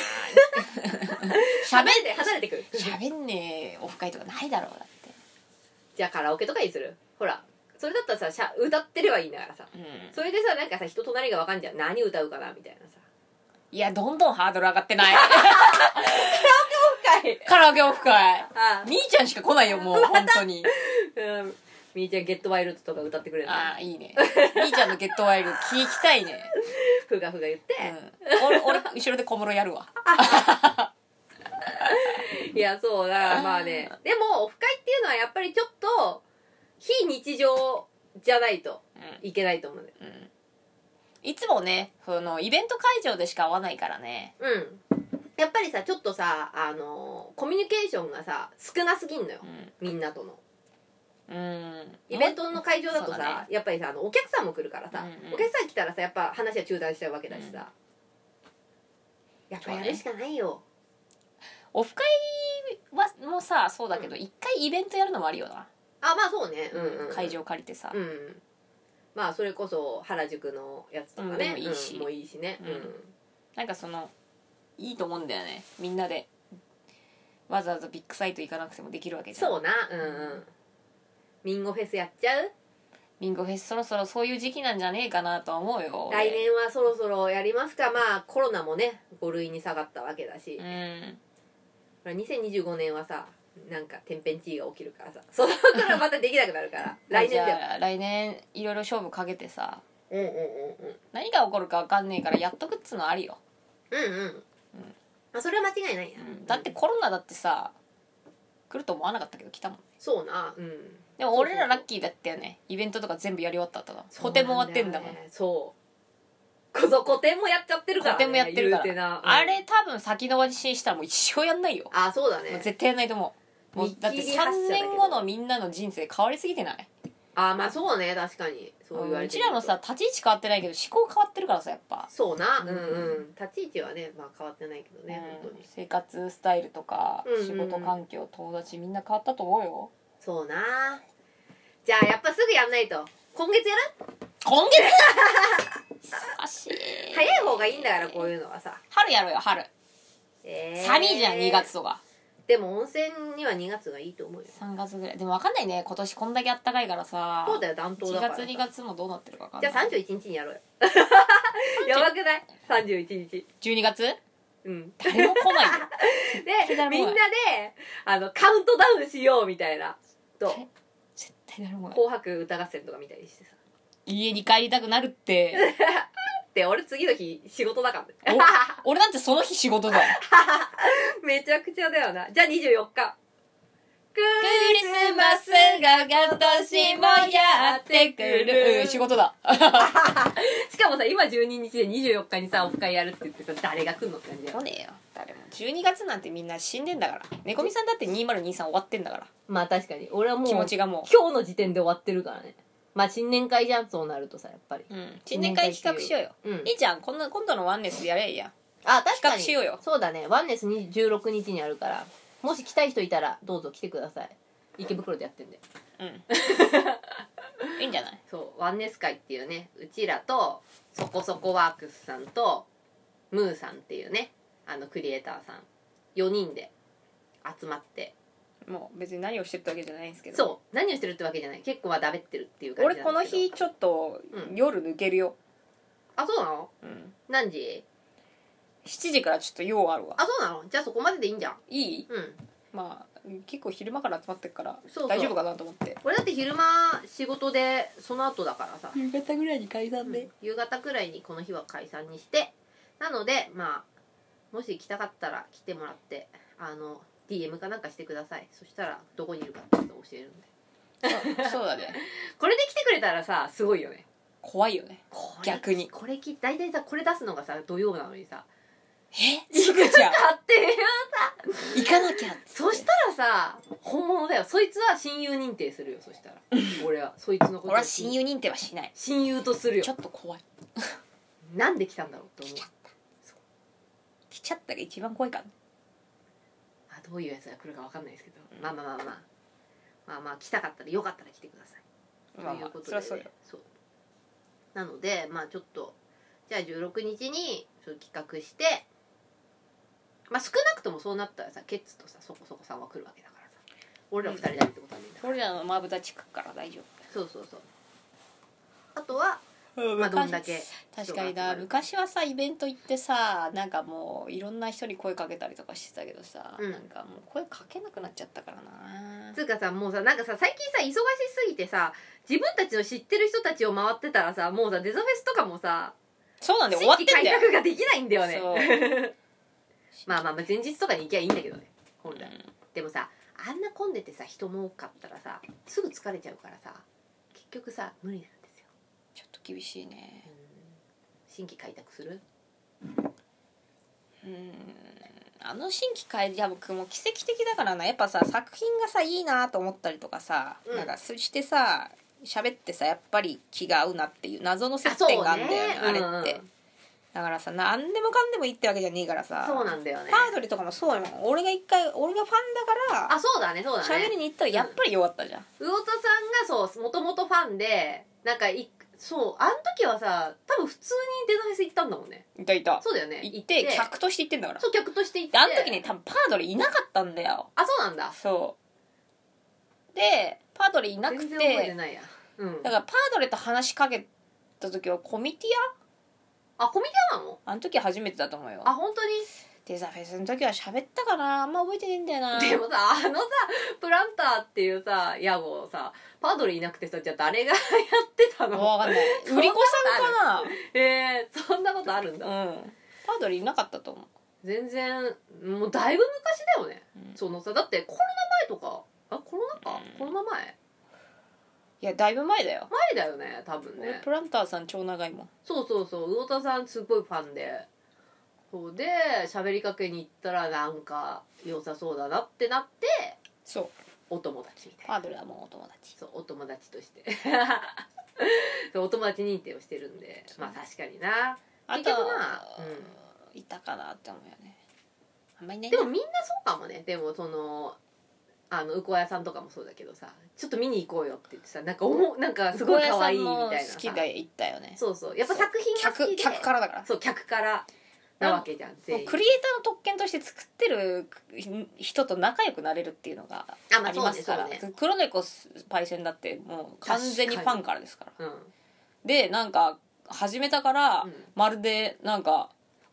離れてくる。 喋んねえオフ会とかないだろう。だってじゃあカラオケとかにする。ほらそれだったらさ、歌ってればいいんだからさ、それでさ、なんかさ、人となりが分かんじゃん。何歌うかなみたいなさ。 いや、どんどんハードル上がってない？ カラオケオフ会みーちゃんしか来ないよ、もう本当に。 みーちゃんゲットワイルドとか歌ってくれるの。 ああ、いいね。みーちゃんのゲットワイルド聞きたいね。 ふがふが言って、 俺後ろで小室やるわ。 いや、そうだ、まあね。でもオフ会っていうのはやっぱりちょっと非日常じゃないといけないと思うんだよ。 いつもね、そのイベント会場でしか会わないからね。 やっぱりさ、ちょっとさ、コミュニケーションがさ少なすぎんのよ、みんなとの。イベントの会場だとさ、やっぱりさ、お客さんも来るからさ、お客さん来たらさ、やっぱ話は中断しちゃうわけだしさ、やっぱやるしかないよ。 オフ会はもさそうだけど、一回イベントやるのもあるよな。 あ、まあそうね、 会場借りてさ、 まあそれこそ原宿のやつとかね、もういいしね。 なんかそのいいと思うんだよね、みんなでわざわざビッグサイト行かなくてもできるわけじゃん。 そうな。ミンゴフェスやっちゃう？ ミンゴフェスそろそろそういう時期なんじゃねえかなとは思うよ。 来年はそろそろやりますか。まあコロナもね5類に下がったわけだし、2025年はさ、なんか天変地異が起きるからさ、そのからまたできなくなるから来年だよ。 来年いろいろ勝負かけてさ、何が起こるか分かんねえからやっとくっつうのありよ。それは間違いないや、 だってコロナだってさ来ると思わなかったけど来たもん。 そうな。 でも俺らラッキーだったよね。イベントとか全部やり終わった後だ。個展も終わってんだもん。 そう個展もやっちゃってるからね。 個展もやってるから、あれ多分先延ばしにしたらもう一生やんないよ。 あ、そうだね。 絶対やんないと思う。もうだって3年後のみんなの人生変わりすぎてない？ あ、まあそうね、確かにそう言われてる。 うちらのさ立ち位置変わってないけど思考変わってるからさ、やっぱ。 そうな。立ち位置はね、まあ変わってないけどね、本当に。 生活スタイルとか仕事環境、友達みんな変わったと思うよ。 そうな。じゃあやっぱすぐやんないと。今月やる？ 今月忙しい。 早い方がいいんだから、こういうのはさ。 春やろうよ、春。寒いじゃん、2月とか。 でも温泉には2月がいいと思うよ。 3月ぐらいでも分かんないね、今年こんだけあったかいからさ。 そうだよ、暖冬だから。 1月2月もどうなってるか分かんない。 じゃあ31日にやろうよ。 31日 12月うん誰も来ないよでみんなでカウントダウンしようみたいなと絶対誰も来ない。 紅白歌合戦とか見たりしてさ家に帰りたくなるってで俺次の日仕事だからね俺なんてその日仕事だよめちゃくちゃだよな。じゃあ24日ククリスマスが今年もやってくる仕事だしかもさ今12日で24日にさオフ会やるって言ってさ誰が来んのって感じだよ。 来ねえよ誰も。12月なんてみんな死んでんだから。猫みさんだって2023終わってんだから。 まあ確かに俺はもう気持ちがもう今日の時点で終わってるからね。まあ新年会じゃんそうなるとさやっぱり、 新年会企画しようよ、いいじゃん。今度のワンネスでやればいいやん。 あ確かに企画しようよ。 そうだねワンネス16日にあるからもし来たい人いたらどうぞ来てください。池袋でやってんでいいんじゃない。 そうワンネス会っていうねうちらとそこそこワークスさんとムーさんっていうねクリエイターさん4人で集まってもう別に何をしてるってわけじゃないんですけど。 そう何をしてるってわけじゃない結構はだべってるっていう感じなんですけど。 俺この日ちょっと夜抜けるよ、 あそうなの、何時 7時からちょっと用あるわ。 あそうなのじゃあそこまででいいんじゃん。 いいまあ結構昼間から集まってるからそう大丈夫かなと思って。 俺だって昼間仕事でその後だからさ夕方ぐらいに解散で、 夕方くらいにこの日は解散にして、なのでまあもし来たかったら来てもらってDM かなんかしてください。そしたらどこにいるかってことを教えるんでそうだねこれで来てくれたらさすごいよね。 怖いよね逆に。 これ大体さこれ出すのがさ土曜なのにさすぐじゃんだっていうさ行かなきゃそしたらさ本物だよ。そいつは親友認定するよ。そしたら俺はそいつのことを俺は親友認定はしない。 親友とするよ。 ちょっと怖い。 なんで来たんだろうって思う。 来ちゃったが一番怖いからね。 どういうやつが来るか分かんないですけど、まあ来たかったらよかったら来てください、ということで、ね、 そりゃそうなのでまあちょっとじゃあ16日にそう企画して、まあ少なくともそうなったらさケッツとさそこそこさんは来るわけだからさ俺ら2人だけってことはねえんだから、 俺らのまぶたちくから大丈夫。 そうあとはまあどんだけ確かにな。昔はさイベント行ってさなんかもういろんな人に声かけたりとかしてたけどさ、なんかもう声かけなくなっちゃったからな。 つうかさもうさなんかさ最近さ忙しすぎてさ自分たちの知ってる人たちを回ってたらさもうさデザフェスとかもさそうなんで終わってんだよ。 新規開拓ができないんだよねまあ前日とかに行きゃいいんだけどね本来、でもさあんな混んでてさ人も多かったらさすぐ疲れちゃうからさ結局さ無理なんですよ。 ちょっと厳しいね。 新規開拓する？ 新規開拓も奇跡的だからな。やっぱさ作品がさいいなと思ったりとかさ、なんかそしてさ喋ってさやっぱり気が合うなっていう謎の接点があるんだよね、あれって、だからさ何でもかんでもいいってわけじゃねえからさ。 そうなんだよね。 パードリとかもそうよ。俺がファンだからそうだね喋りに行ったらやっぱり弱ったじゃん、 魚田さんがそうもともとファンでなんかそうあの時はさ多分普通にデザフェス行ったんだもんね。 いたそうだよね。 行って客として行ってんだから。 そう客として行ってあの時ね多分パードリいなかったんだよ。 そうなんだ。 そうでパードリいなくて全然覚えてないや、 だからパードリと話しかけた時はコミティコミティアなの？ あの時は初めてだと思うよ。 本当に？ デザフェスの時は喋ったかな。あんま覚えてねえんだよな。 でもさプランターっていうさ屋号さパードリいなくてさじゃあ誰がやってたの？ 分かんない。売り子さんかな。 そんなことあるんだ。 パードリいなかったと思う。 全然もうだいぶ昔だよね、そのさだってコロナ前とかコロナ前いやだいぶ前だよ。 前だよね多分ね。 俺プランターさん超長いもん。 そう魚田さんすごいファンでそうで喋りかけに行ったらなんか良さそうだなってなって、 そうお友達みたいな。 パードリはもうお友達。 そうお友達としてそうお友達認定をしてるんで、まあ確かにな。結局いたかなって思うよね。あんまりね。 でもみんなそうかもね。でもそのうこやさんとかもそうだけどさちょっと見に行こうよって言ってさなんかすごい可愛いみたいなさ。 好きで行ったよね。 そうやっぱ作品が好きで客からだから。 そう客からなわけじゃん。全員クリエイターの特権として作ってる人と仲良くなれるっていうのがありますから、黒猫パイセンだってもう完全にファンからですから、でなんか始めたから、まるでなんか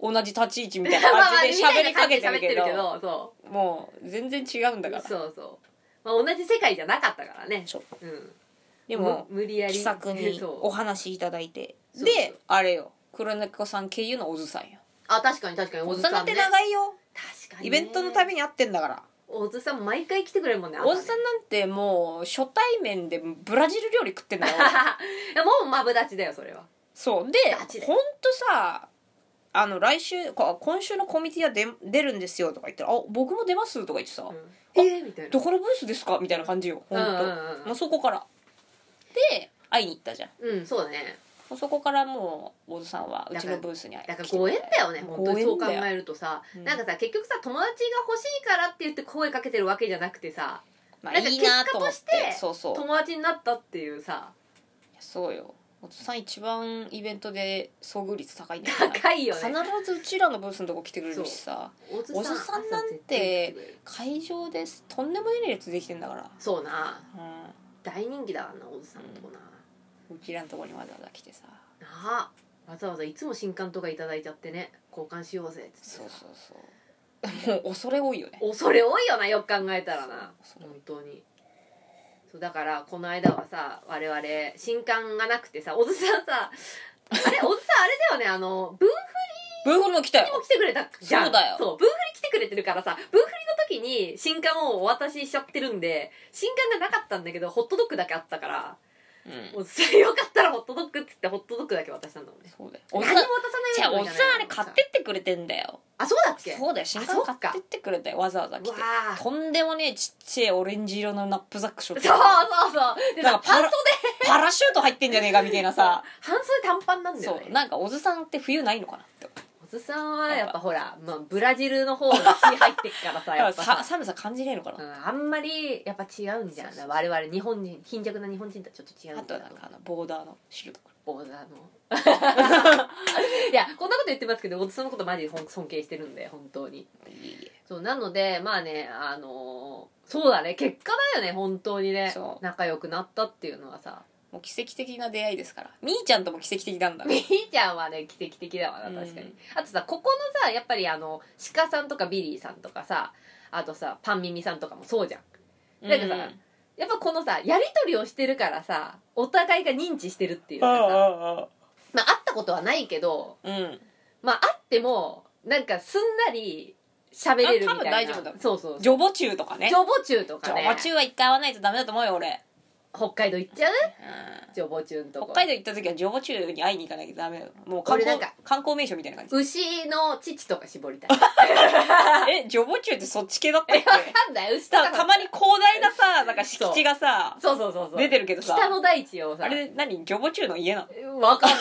同じ立ち位置みたいな感じで喋りかけてるけど、 そうもう全然違うんだから。 そうそう、まあ、同じ世界じゃなかったからね。 そう、 うん、 でも無理やり気さくにお話いただいて、 そうであれよ、黒猫さん経由の小津さんよ。 あ、確かに確かに小津さんって長いよ。 確かに、ね、 イベントのたびに会ってんだから。 小津さん毎回来てくれるもんね。 小津さんなんてもう初対面でブラジル料理食ってんだよ。 いやもうマブダチだよそれは。 そうでほんとさ、来週今週のコミティア出るんですよとか言ったら、あ僕も出ますとか言ってさ、 みたいな、 どこのブースですかみたいな感じよ、ほんと、もうそこからで会いに行ったじゃん。 うんそうだね。 そこからもう小津さんはうちのブースに会いに来て、 だからご縁だよね本当に。そう考えるとさ、なんかさ結局さ友達が欲しいからって言って声かけてるわけじゃなくてさ、 まあいいなと思って、 そうそう友達になったっていうさ。 そうよ、小津さん一番イベントで遭遇率高いんだよ。 高いよね。 必ずうちらのブースのとこ来てくれるしさ、小津さんなんて会場ですとんでもない列できてんだから。 そうな、大人気だからな小津さんのとこな。 うちらのとこにわざわざ来てさ、 わざわざいつも新刊とかいただいちゃってね、交換しようぜっつって。 そうもう恐れ多いよね。 恐れ多いよな、よく考えたらな、本当に。そうだからこの間はさ、我々新刊がなくてさ、小津さんさ小津さんあれだよね、 ブーフリも来たよ。 にも来てくれたじゃん。 そうだよ。 そう、ブーフリ来てくれてるからさ、ブーフリの時に新刊をお渡ししちゃってるんで、新刊がなかったんだけどホットドッグだけあったから、おっさんよかったらホットドッグっつってホットドッグだけ渡したんだもんね。 そうだよ。 何も渡さないわけじゃない。おっさんあれ買ってってくれてんだよ。 あ、そうだっけ？ そうだよ、新刊買ってってくれたよ、わざわざ来て。とんでもねえちっちゃいオレンジ色のナップザックしょって。 そうでなんかパラシュート入ってんじゃねえかみたいなさ。 半袖短パンなんだよね。 そう、なんか小津さんって冬ないのかなって。 小津さんはやっぱほら、まあ、ブラジルの方が血入ってっからさ、やっぱ寒さ感じねえのかな、 あんまりやっぱ違うんじゃん。我々日本人、貧弱な日本人とはちょっと違うんだ。 あとなんかボーダーの白とかボーダーのいやこんなこと言ってますけど、小津さんのことマジで尊敬してるんで本当に。そうなのでまあね、そうだね、結果だよね本当にね。仲良くなったっていうのはさ、 もう奇跡的な出会いですから。みーちゃんとも奇跡的なんだ。 みーちゃんはね奇跡的だわな、確かに。あとさ、ここのさやっぱり鹿さんとかビリーさんとかさ、あとさパンミミさんとかもそうじゃん。なんかさ、やっぱこのさやり取りをしてるからさ、お互いが認知してるっていうかさ、まあ会ったことはないけど、まあ会ってもなんかすんなり喋れるみたいな。多分大丈夫だ。そうジョボチューとかね。ジョボチューとかね。ジョボチューは一回会わないとダメだと思うよ俺。北海道行っちゃう？ジョボチューんとこ。北海道行った時はジョボチューに会いに行かなきゃダメだよ。もう観光名所みたいな感じ。牛の乳とか絞りたい。ジョボチューってそっち系だったっけ？わかんない。牛とかたまに広大なさ、なんか敷地がさ、そう出てるけどさ、北の大地をさ、あれ何？ジョボチューの家なの？わかん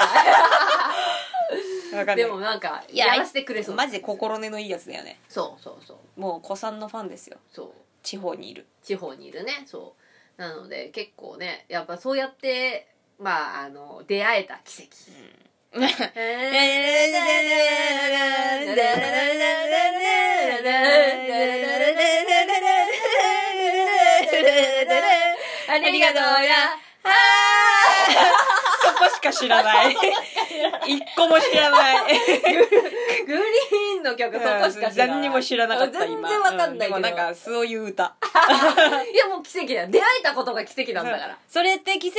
ない。でもなんかやらせてくれそう。マジで心根のいいやつだよね。そうもう古参のファンですよ。地方にいるね。そうなので結構ね、やっぱそうやってまあ出会えた奇跡。ありがとうや。そこしか知らない。一個も知らない。グリーンの曲そこしか知らない。何にも知らなかった今。全然わかんないけど。でもなんかそういう歌。いやもう奇跡だよ。出会えたことが奇跡なんだから。それって奇跡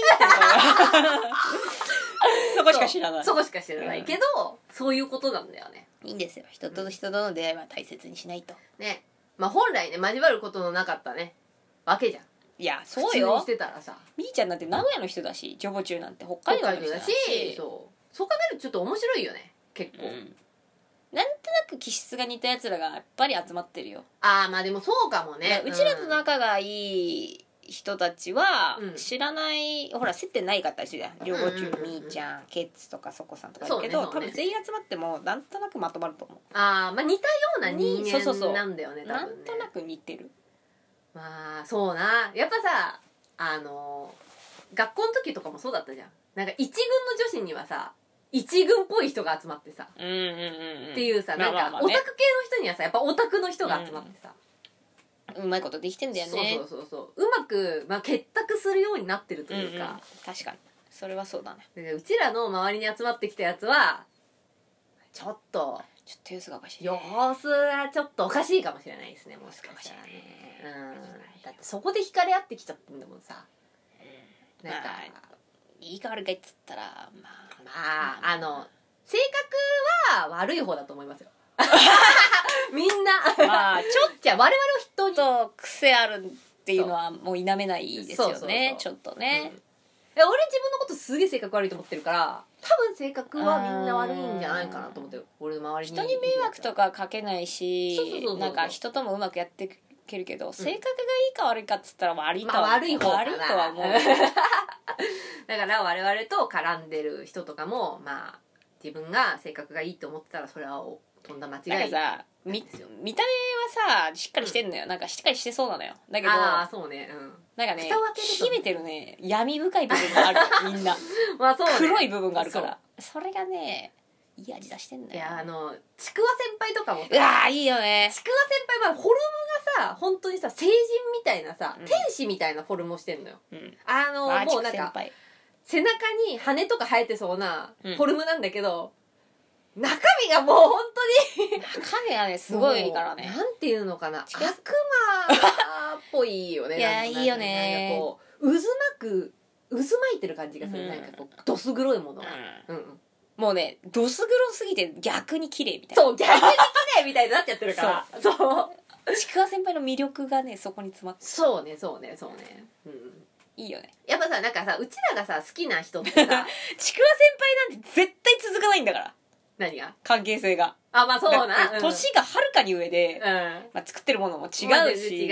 そこしか知らない。そこしか知らないけど、そういうことなんだよね。いいんですよ。人と人との出会いは大切にしないと。ね。まあ本来ね、交わることのなかったね、わけじゃん。いやそうよ。普通にしてたらさ、みーちゃんなんて名古屋の人だし、ジョボチューなんて北海道の人だし、そう考えるとちょっと面白いよね結構。なんとなく気質が似たやつらがやっぱり集まってるよ。ああまあでもそうかもね。うちらと仲がいい人たちは知らない、ほら接点ない方しじゃん。ジョボチュー、みーちゃん、ケッツとかそこさんとかいるけど、多分全員集まってもなんとなくまとまると思う。ああまあ似たような人間なんだよね多分ね。なんとなく似てる。まあそうな、やっぱさ学校の時とかもそうだったじゃん。なんか一軍の女子にはさ一軍っぽい人が集まってさ、っていうさ、なんかオタク系の人にはさやっぱオタクの人が集まってさ、うまいことできてんだよね。そううまく、まあ、結託するようになってるというか、確かにそれはそうだね。うちらの周りに集まってきたやつはちょっと様子がおかしい、 様子はちょっとおかしいかもしれないですね、もしかしたらね。だってそこで惹かれ合ってきちゃってんだもんさ。なんか、 いいか悪いかっつったら性格は悪い方だと思いますよみんなちょっじゃあ我々を筆頭にと癖あるっていうのはもう否めないですよね。ちょっとね、 俺自分のことすげえ性格悪いと思ってるから、多分性格はみんな悪いんじゃないかなと思ってる。俺の周りに人に迷惑とかかけないし、なんか人ともうまくやっていけるけど、性格がいいか悪いかっつったら悪いとは、 悪い方かな。 悪いとは思うだから我々と絡んでる人とかも自分が性格がいいと思ってたらそれはとんだ間違い。 なんかさ、見た目はさしっかりしてんのよ、なんかしっかりしてそうなのよ。だけどそうね、 なんかね秘めてるね闇深い部分があるみんなそうね、 黒い部分があるから、それがねいい味出してんだよ。 いやちくわ先輩とかもさ、 うわーいいよね。 ちくわ先輩はフォルムがさ本当にさ聖人みたいなさ、天使みたいなフォルムをしてんのよ。もうなんか背中に羽とか生えてそうなフォルムなんだけど、中身がもう本当に中身がねすごいからね。 なんていうのかな、悪魔っぽいよね。 いやいいよね。 なんかこう渦巻いてる感じがする、なんかこうどす黒いものが、 もうねどす黒すぎて逆に綺麗みたいな。 そう、逆に綺麗みたいになっちゃってるから。そうちくわ先輩の魅力がねそこに詰まって。 そうね、 いいよね。 やっぱさ、なんかさ、うちらがさ好きな人ってさちくわ先輩なんて絶対続かないんだから。 何が関係性が。 そうな。 年がはるかに上で、作ってるものも違うし。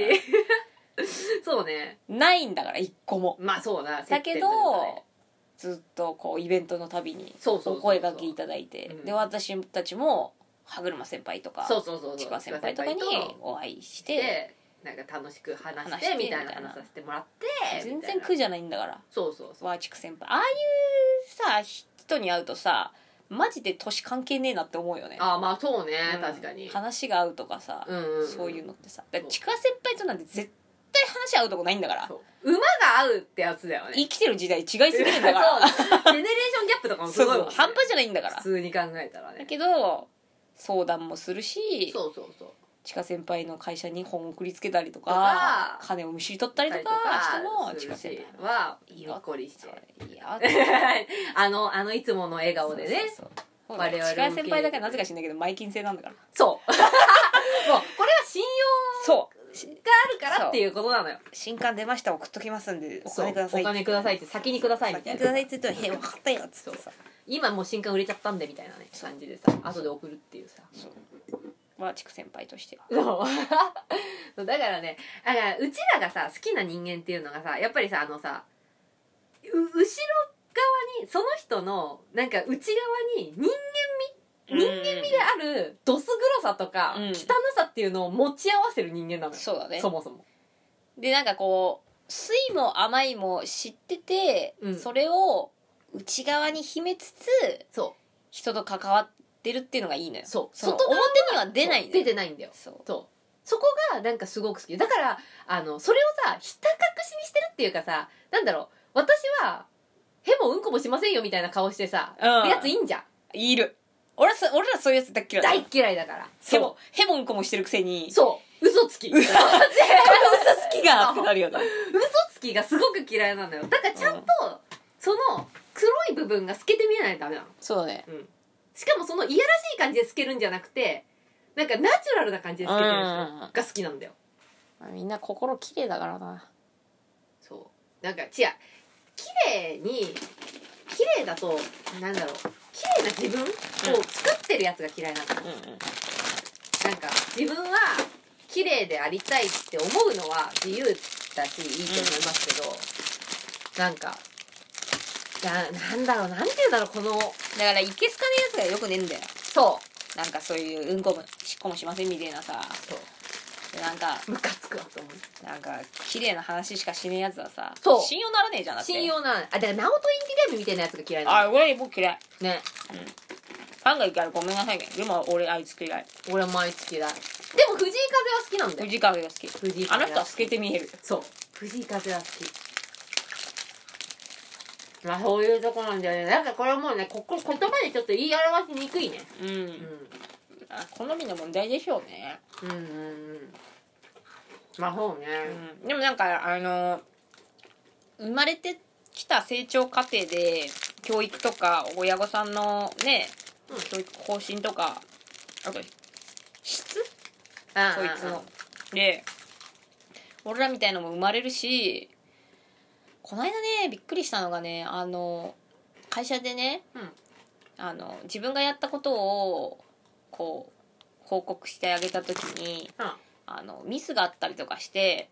そうね。 ないんだから一個も。 そうな。 だけど、ずっとこうイベントのたびにお声掛けいただいて、で私たちも歯車先輩とかちくわ先輩とかにお会いしてなんか楽しく話してみたいな話させてもらって、 全然苦じゃないんだから。ワーチク先輩ああいうさ人に会うとさマジで年関係ねえなって思うよね。 そうね、確かに話が合うとかさ、そういうのってさ、ちくわ先輩となんて絶対話合うとこないんだから。 馬が合うってやつだよね。 生きてる時代違いすぎるんだからジェネレーションギャップとかもすごいもんね。 半端じゃないんだから普通に考えたらね。 だけど相談もするし、ちか先輩の会社に本送りつけたりとか金をむしり取ったりとかしてもちか先輩はいいよ、にっこりしていいよいつもの笑顔でね。 我々ちか先輩だからなぜか知んないけど前金制なんだから。 そうもうこれは信用があるからっていうことなのよ。 新刊出ました送っときますんでお金ください、 お金くださいって先にくださいみたいな。 先にくださいって言ったら「へえ分かったよ」っつってさ、 今もう新刊売れちゃったんでみたいなね感じでさ後で送るっていうさ。 ちく先輩としてはそうだからね、うちらがさ好きな人間っていうのがさやっぱりさ後ろ側にその人のなんか内側に人間味であるどす黒さとか汚さっていうのを持ち合わせる人間なのよ。 そうだね。 そもそもでなんかこう酸いも甘いも知ってて、それを内側に秘めつつ人と関わってるっていうのがいいのよ。その表には出ないんだよ。 出てないんだよ。そこがなんかすごく好きだからそれをさひた隠しにしてるっていうかさ、なんだろう、私はへもうんこもしませんよみたいな顔してさ、やついいんじゃん。 いる。俺らそういうやつ大嫌いだから。 へもうんこもしてるくせに嘘つき嘘つきがってなるよね。 嘘つきがすごく嫌いなのよ。だからちゃんとその黒い部分が透けて見えないとダメなの。 そうだね。 しかもそのいやらしい感じで透けるんじゃなくて、なんかナチュラルな感じで透けてる人が好きなんだよ。 みんな心綺麗だからな。 なんか綺麗だとなんだろう、綺麗な自分を作ってるやつが嫌いなんだよ。なんか自分は綺麗でありたいって思うのは自由だしいいと思いますけど、なんかなんだろう、なんていうんだろう、このだからいけすかねえやつがよくねえんだよ。なんかそういううんこもしっこもしませんみたいなさ、なんかムカつくわと思う。 なんか綺麗な話しかしねえやつはさ信用ならねえじゃん。だって信用ならない。だからナオトインティライブみたいなやつが嫌いなの。 俺僕嫌いね。 ファンがいるからごめんなさいけど、でも俺あいつ嫌い。 俺もあいつ嫌い。でも藤井風は好きなんだよ。 藤井風が好き。あの人は透けて見える。 藤井風は好き。 まあそういうとこなんだよね。なんかこれはもうね、言葉でちょっと言い表しにくいね。 うん、好みの問題でしょうね。 まあそうね、 でもなんか生まれてきた成長過程で教育とか親御さんのね、教育方針とか、あと質、そいつので俺らみたいのも生まれるし、この間ねびっくりしたのがね、会社でね、自分がやったことをこう報告してあげた時に、ミスがあったりとかして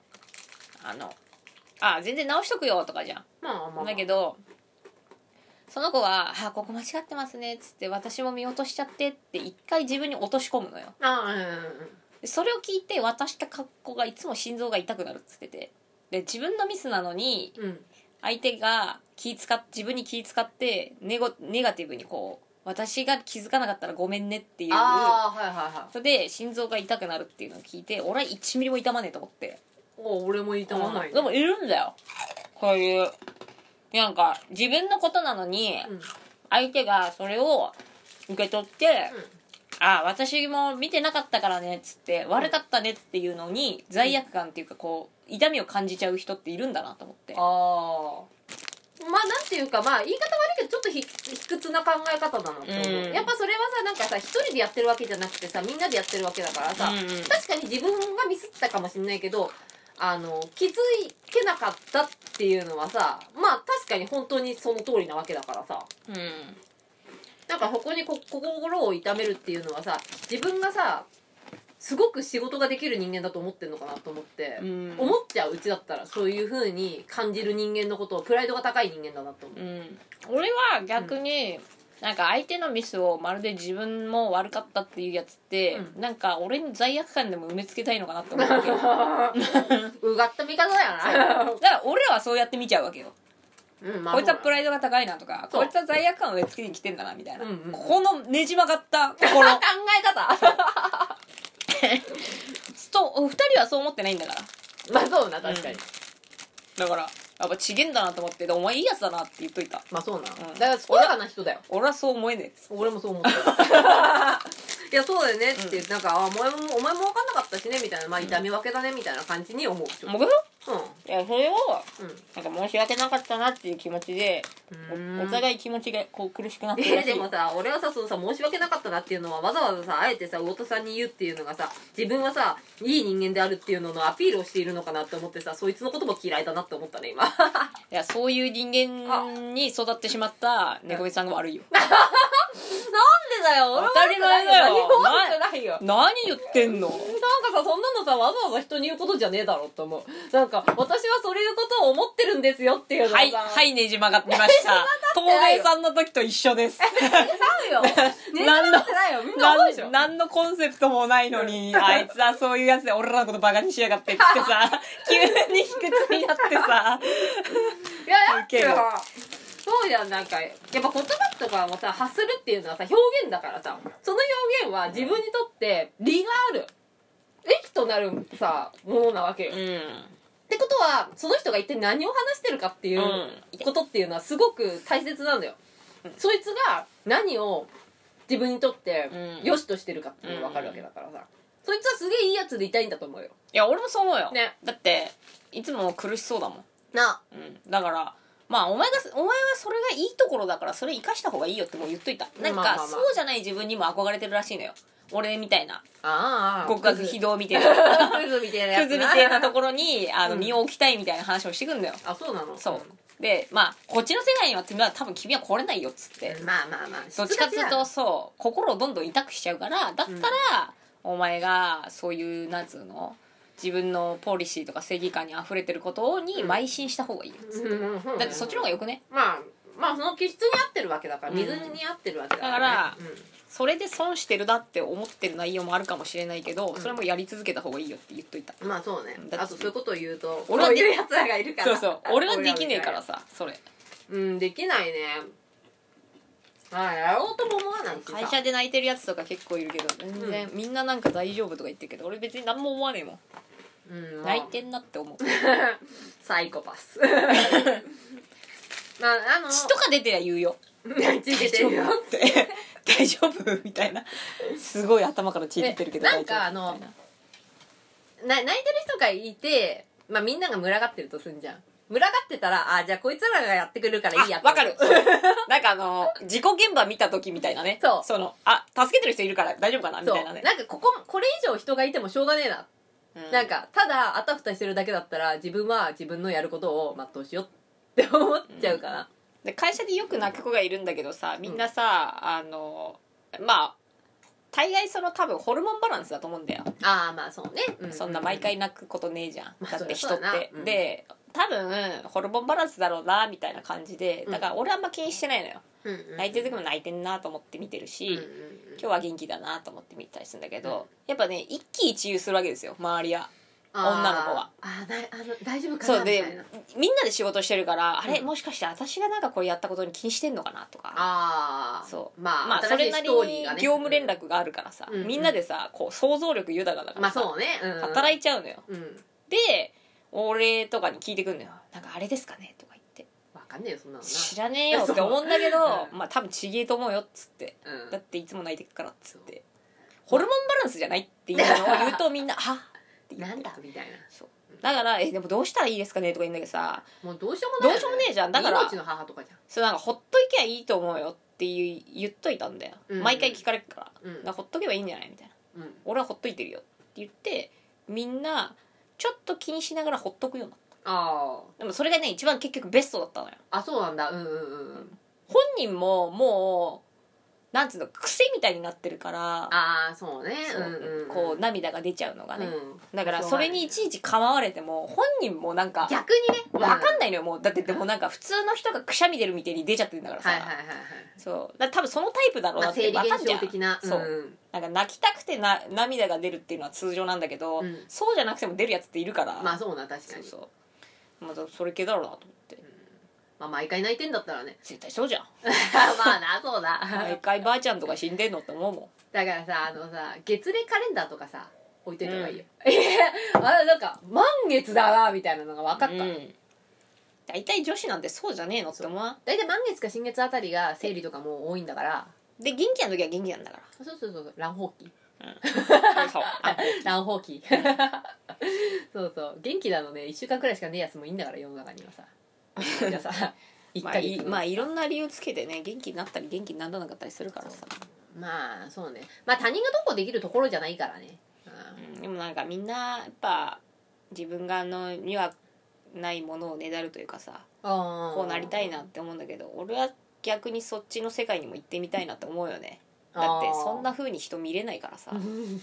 全然直しとくよとかじゃん、だけどその子はここ間違ってますねっつって、私も見落としちゃってって一回自分に落とし込むのよ。それを聞いて私た格好がいつも心臓が痛くなるっつってて、で自分のミスなのに、相手が自分に気使ってネガティブにこう私が気づかなかったらごめんねっていう、それで心臓が痛くなるっていうのを聞いて、俺は1ミリも痛まねえと思って。 俺も痛まない、ね、 でもいるんだよこういう、なんか自分のことなのに、相手がそれを受け取って、私も見てなかったからねっつって悪かったねっていうのに罪悪感っていうかこう痛みを感じちゃう人っているんだなと思って。 まあなんていうか、まあ言い方悪いけどちょっと卑屈な考え方だなって思う、やっぱそれはさ、なんかさ一人でやってるわけじゃなくてさ、みんなでやってるわけだからさ、確かに自分がミスったかもしれないけど気づけなかったっていうのはさ、まあ確かに本当にその通りなわけだからさ、なんかそこに心を痛めるっていうのはさ、自分がさすごく仕事ができる人間だと思ってんのかなと思って、思っちゃう。うちだったらそういう風に感じる人間のことをプライドが高い人間だなと思う、 俺は逆に、なんか相手のミスをまるで自分も悪かったっていうやつって、なんか俺に罪悪感でも埋めつけたいのかなって思うわけようがった見方だよなだから俺らはそうやって見ちゃうわけよ、こいつはプライドが高いなとか、こいつは罪悪感を植え付けに来てんだなみたいな、ここのねじ曲がった心考え方 2人はそう思ってないんだから。 まあそうな、確かに、 だからやっぱちげんだなと思って、お前いいやつだなって言っといた。 まあそうな、だから健やかな人だよ。 俺はそう思えねえ。 俺もそう思ってるいやそうだよねって、なんかお前も分かんなかったしねみたいな、まあ痛み分けだねみたいな感じに思う。いやそれを、なんか申し訳なかったなっていう気持ちで、お互い気持ちがこう苦しくなってるらしい。 でもさ、俺はさ、そのさ申し訳なかったなっていうのはわざわざさあえてさ魚田さんに言うっていうのがさ、自分はさいい人間であるっていうののアピールをしているのかなって思ってさ、そいつのことも嫌いだなって思ったね今いやそういう人間に育ってしまった猫目さんが悪いよなんでだよ、 当たり前だよ。 何も悪くないよ。 何言ってんの。なんかさ、そんなのさ、わざわざ人に言うことじゃねえだろって思う。なんか、私はそういうことを思ってるんですよっていうのはさ、 はいねじ曲がってました東名さんの時と一緒です違うよねじ曲がってないよ。みんな思うでしょ。 何のコンセプトもないのにあいつはそういうやつで俺らのことバカにしやがってってさ急に卑屈になってさいやだってさ、そうじゃん、なんかやっぱ言葉とかもさ発するっていうのはさ表現だからさ、その表現は自分にとって利がある益となるさものなわけよ、ってことはその人が一体何を話してるかっていうことっていうのはすごく大切なんだよ、そいつが何を自分にとって良しとしてるかっていうのが分かるわけだからさ、そいつはすげえいいやつでいたいんだと思うよ。 いや俺もそう思うよ、 ね、 だっていつも苦しそうだもんな、 だからまあお前はそれがいいところだからそれ生かした方がいいよってもう言っといた。なんかそうじゃない自分にも憧れてるらしいのよ、俺みたいな極悪非道みたいなクズみたいなところに身を置きたいみたいな話をしてくんだよ。 あ、そうなの。 そうで、まあこっちの世界には多分君は来れないよっつって、 まあどっちかっつうとそう心をどんどん痛くしちゃうから、だったら、お前がそういうなんつうの自分のポリシーとか正義感にあふれてることに邁進した方がいいよっつって、だってそっちの方がよくね。 まあその気質に合ってるわけだから、水に合ってるわけだから、ね、 だから、それで損してるだって思ってる内容もあるかもしれないけど、それもやり続けた方がいいよって言っといた。 まあそうね、あとそういうことを言うと俺はこういうやつらがいるからそう俺はできねえからさ、それできないね。やろうとも思わないしさ、 会社で泣いてるやつとか結構いるけど全然、みんななんか大丈夫とか言ってるけど俺別に何も思わねえもん、泣いてんなって思うサイコパスまあ血とか出てりゃ言うよ。 血出てるよって大丈夫みたいな。すごい頭から血出てるけどなんか泣いてる人がいて、まあみんなが群がってるとすんじゃん。群がってたら、あ、じゃあこいつらがやってくれるからいいやって。 わかる。なんか事故現場見た時みたいなね。 そう。 助けてる人いるから大丈夫かなみたいなね。 なんかこれ以上人がいてもしょうがねえな。なんか、ただあたふたしてるだけだったら、自分は自分のやることを全うしようって思っちゃうかな。 で会社でよく泣く子がいるんだけどさ、みんなさ、まあ、大概多分ホルモンバランスだと思うんだよ。 ああ、まあそうね。 そんな毎回泣くことねえじゃん。だって人って。 うん、 で、多分ホルモンバランスだろうなみたいな感じで、だから俺あんま気にしてないのよ。泣いてる時も泣いてんなと思って見てるし、今日は元気だなと思って見たりするんだけど、やっぱね一喜一憂するわけですよ、周りは。女の子は。 大丈夫かなみたいな。 みんなで仕事してるから、あれもしかして私がなんかこれやったことに気にしてんのかなとか。そう、まあそれなりに業務連絡があるからさ、みんなでさこう想像力豊かだからさ、働いちゃうのよ。で俺とかに聞いてくんのよ、なんかあれですかねとか言って。 分かんねえよそんなの。 知らねえよって思うんだけど、まあ多分ちげえと思うよっつって、だっていつも泣いてくからっつって、ホルモンバランスじゃないっていうのを言うとみんなはなんだみたいな。 そうだからでもどうしたらいいですかねとか言うんだけどさ、 もうどうしようもない、 どうしようもねえじゃん。だから命の母とかじゃん。 そうなんかほっといけばいいと思うよって言っといたんだよ、毎回聞かれるから、だからほっとけばいいんじゃないみたいな、俺はほっといてるよって言って、みんなちょっと気にしながらほっとくようになった。でもそれがね一番結局ベストだったのよ。 そうなんだ。 本人ももうなんつうの癖みたいになってるから、 そうね。 こう涙が出ちゃうのがね、だからそれにいちいち構われても本人もなんか逆にね分かんないのよ。もうだってでもなんか普通の人がくしゃみ出るみたいに出ちゃってるんだからさ、そうだから多分そのタイプだろうなって分かんじゃん。そうなんか泣きたくて涙が出るっていうのは通常なんだけど、そうじゃなくても出るやつっているから。 まあそうな、確かに。 それ系だろうなと思って。 毎回泣いてんだったらね絶対そうじゃん。 まあな、そうだ。 毎回ばあちゃんとか死んでんのって思うもん。 だからさ、月齢カレンダーとかさ置いといた方がいいよ。なんか満月だなみたいなのが分かった。 大体女子なんてそうじゃねえのって思わん。 大体満月か新月あたりが生理とかも多いんだから。 で元気な時は元気なんだから。 そう乱放期。乱放期。そう元気なのね1週間くらいしかねえやつもいいんだから、世の中にはさ。じゃあさまあいろんな理由つけてね元気になったり元気にならなかったりするからさ。 まあそうね、まあ他人がどうこうできるところじゃないからね。 でもなんかみんなやっぱ自分がにはないものをねだるというかさ、こうなりたいなって思うんだけど、俺は逆にそっちの世界にも行ってみたいなって思うよね。だってそんな風に人見れないからさ、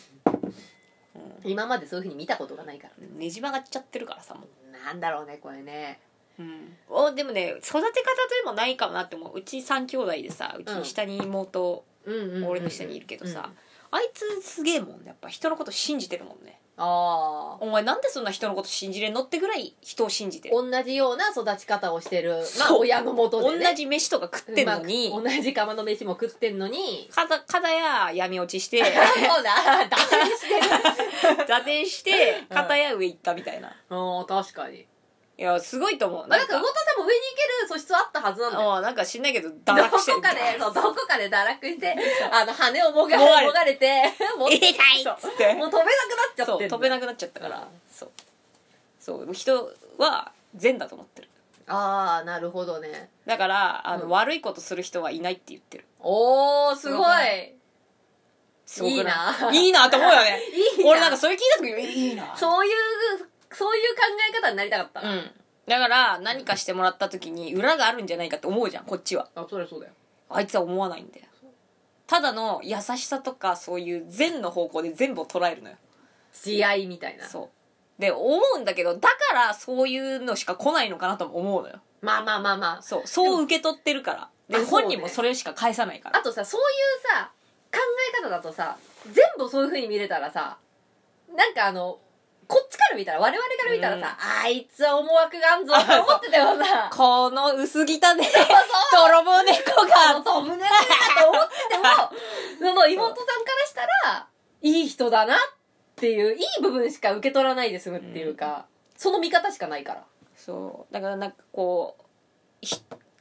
今までそういう風に見たことがないからねじ曲がっちゃってるからさ。もうなんだろうねこれね。 でもね育て方でもないかもなって思う。うち3兄弟でさ、うち下に妹、俺の下にいるけどさ、あいつすげえもんね、やっぱ人のこと信じてるもんね。お前なんでそんな人のこと信じれんのってぐらい人を信じてる。 同じような育ち方をしてる、親のもとでね、 同じ飯とか食ってんのに、 同じ釜の飯も食ってんのに片や闇落ちしてそうだ打点して片や上行ったみたいな。 確かに。 いやすごいと思う。 なんか魚田さんも上に行ける素質あったはずなんだよ。 なんか知んないけど堕落してる。 どこかで堕落して羽をもがれて痛いっつってもう飛べなくなっちゃって飛べなくなっちゃったから、そう人は善だと思ってる。 なるほどね。 だから悪いことする人はいないって言ってる。 すごいいいないいなと思うよね。俺なんかそれ聞いた時いいな、 そういう考え方になりたかった。 だから何かしてもらった時に裏があるんじゃないかって思うじゃん、こっちは。 そりゃそうだよ。 あいつは思わないんだよ。ただの優しさとかそういう善の方向で全部を捉えるのよ。 慈愛みたいな。 そうで思うんだけど、だからそういうのしか来ないのかなとも思うのよ。 まあそう受け取ってるから。で本人もそれしか返さないから。 あとさ、そういうさ考え方だとさ、全部そういう風に見れたらさ、なんかこっちから見たら、我々から見たらさ、あいつは思惑があんぞって思ってたよな。 この薄汚ね泥棒猫が飛ぶねと思ってても、その妹さんからしたらいい人だなっていう、いい部分しか受け取らないで済むっていうか、その見方しかないから。 そうだからなんかこう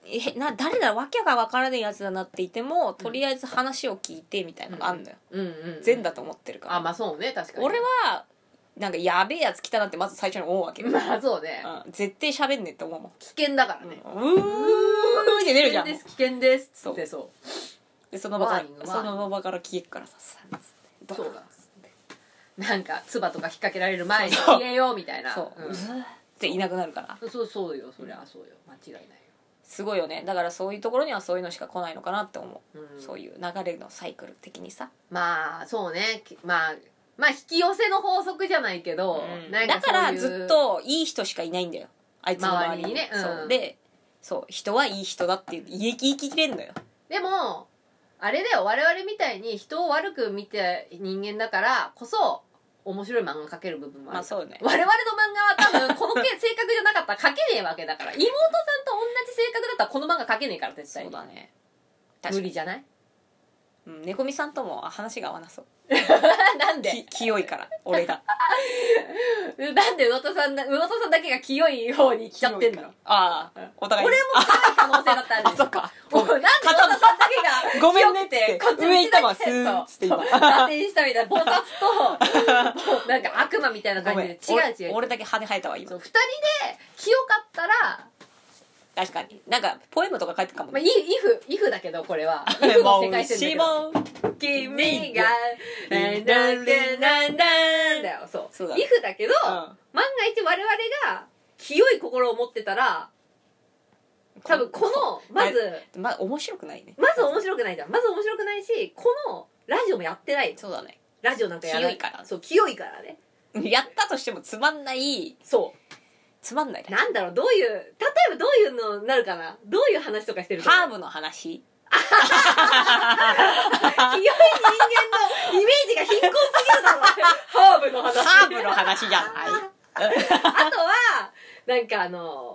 誰だわけが分からないやつだなっていても、とりあえず話を聞いてみたいなのがあるのよ、善だと思ってるから。 あ、まあそうね、確かに。 俺はなんかやべえやつ来たなってまず最初に思うわけよ。 まあそうね、 絶対喋んねえって思うもん。 危険だからね。 うーって出るじゃん。 危険ですって。 そうでその場から消えっからさ、 そうだ。なんか唾とか引っ掛けられる前に消えようみたいな。 そう、っていなくなるから。 そうよ、そりゃそうよ、間違いないよ。 すごいよね。だからそういうところにはそういうのしか来ないのかなって思う、そういう流れのサイクル的にさ。 まあそうね、まあ引き寄せの法則じゃないけど、 だからずっといい人しかいないんだよ、あいつの周りにね。そう人はいい人だって言い切れんのよ。 でもあれだよ、我々みたいに人を悪く見て人間だからこそ面白い漫画描ける部分もある。 まあそうね。 我々の漫画は多分この性格じゃなかったら描けねえわけだから。妹さんと同じ性格だったらこの漫画描けねえから絶対に。そうだね。無理じゃない？ 猫みさんとも話が合わなそう。 なんで？ 清いから俺が。 なんで魚田さんだけが清い方に行っちゃってんの？ ああ、お互い。 俺も清い可能性だったある。 あ、そっか。 なんで魚田さんだけがごめんねって上行ったわスーッつって今。 打点したみたいな。菩薩となんか悪魔みたいな感じで違う。 俺だけ羽生えたわ今。 2人で清かったら。 確かになんかポエムとか書いてるかもね。 イフだけどこれはイフの世界線だけど君がなんだよ。そうイフだけど、万が一我々が清い心を持ってたら多分このまず面白くないね。 まず面白くないじゃん。まず面白くないし、このラジオもやってない。 そうだね。 ラジオなんかやらない。 清いから。 そう清いからね。 やったとしてもつまんない。 そうつまんない。 なんだろう、例えばどういうのになるかな。どういう話とかしてるハーブの話。 清い人間のイメージが貧困すぎるだろ。ハーブの話。 ハーブの話じゃない。 あとはなんか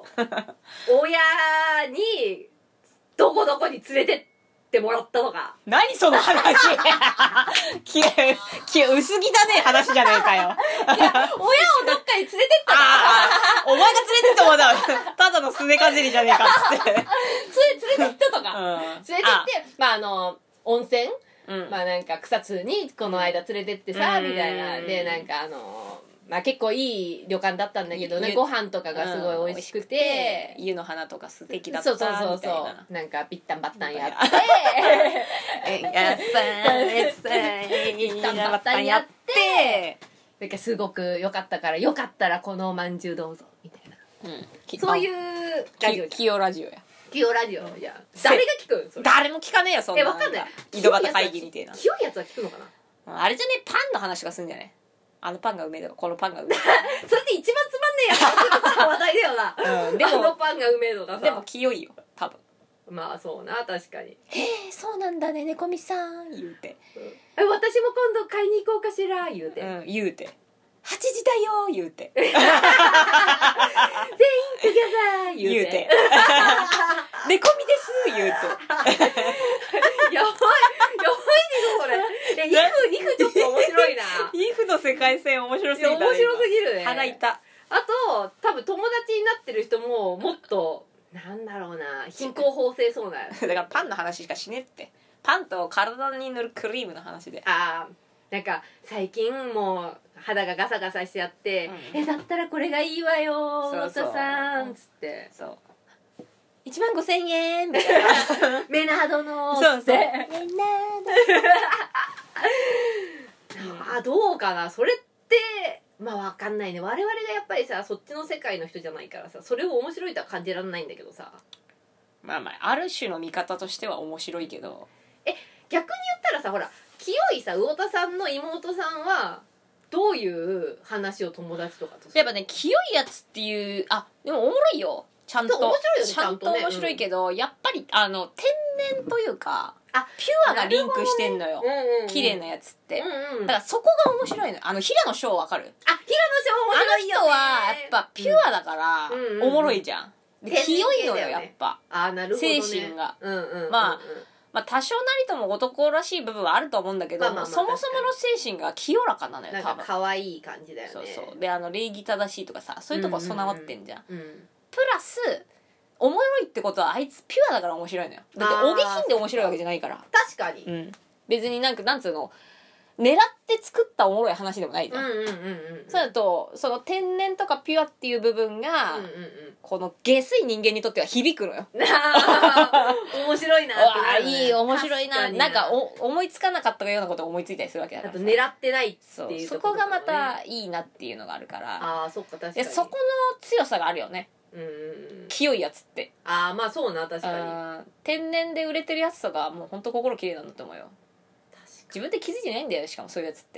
親にどこどこに連れてってもらったとか。 何その話。薄汚ねえ話じゃねえかよ。いや、 親をどっかに連れてったお前が連れてってもだ。ただのすねかじりじゃねえかっつって。連れてったとか。連れてって、温泉、まあなんか草津にこの間連れてってさ、みたいな。で、なんかまあ結構いい旅館だったんだけどね、ご飯とかがすごい美味しくて、 湯の花とか素敵だったみたいな。 そうなんかピッタンバッタンやってピッタンバッタンやってなんかすごく良かったから、よかったらこのおまんじゅうどうぞみたいな、そういうラジオ。 清ラジオや。 清ラジオじゃ誰が聞く？ 誰も聞かねえよそんな。 わかんない。 井戸端会議みたいな。 清いやつは聞くのかな。 あれじゃね、パンの話がするんじゃね。あのパンがうめえとかこのパンがうめえ。 それって一番つまんねえやつ話題だよな。でもあのパンがうめえとかさ。 でも清いよ多分。 まあそうな、確かに。 そうなんだね、猫みさん言うて、 私も今度買いに行こうかしら言うて、 言うて8時だよ言うて全員トゥギャザー言うて猫みです言うてやばいそれ。イフちょっと面白いな。 イフの世界線面白すぎたね。 面白すぎるね。 腹痛。 あと多分友達になってる人ももっとなんだろうな、貧困法制そうなだからパンの話しかしねって。パンと体に塗るクリームの話で。 なんか最近もう肌がガサガサしちゃって、だったらこれがいいわよ太田さんつって、 15000円みたいな。 メナードのそうそう。メナード。どうかな、それってまあわかんないね。我々がやっぱりさ、そっちの世界の人じゃないからさ、それを面白いとは感じられないんだけどさ。 まあある種の見方としては面白いけど、 逆に言ったらさ、ほら清いさ魚田さんの妹さんはどういう話を友達とかとやっぱね、清いやつっていう、でもおもろいよ。ちゃんと面白いよね。 ちゃんと面白いけど、やっぱり天然というかピュアがリンクしてんのよ、綺麗なやつって、だからそこが面白いのよ。平野紫耀わかる？ 平野紫耀面白いよね。 あの人はやっぱピュアだからおもろいじゃん。清いのよやっぱ。 なるほどね。 精神がまあ多少なりとも男らしい部分はあると思うんだけど、そもそもの精神が清らかなのよ。 なんか可愛い感じだよね。 そうで礼儀正しいとかさ、そういうとこ備わってんじゃん。プラスおもろいってことはあいつピュアだから面白いのよ。だってお下品で面白いわけじゃないから。 確かに、 うん、別になんつうの狙って作ったおもろい話でもないじゃん。そうだとその天然とかピュアっていう部分が、この下水人間にとっては響くのよ。面白いなってなる、ね、いい面白いな。なんか思いつかなかったようなことを思いついたりするわけだから。 あと狙ってないっていう、 そこがまたいいなっていうのがあるから。 あ、そっか、確かにそこの強さがあるよね。清いやつって。 あ、まあそうな、確かに。 天然で売れてるやつとかもうほんと心綺麗なんだと思うよ。自分で気づいてないんだよ、しかもそういうやつって。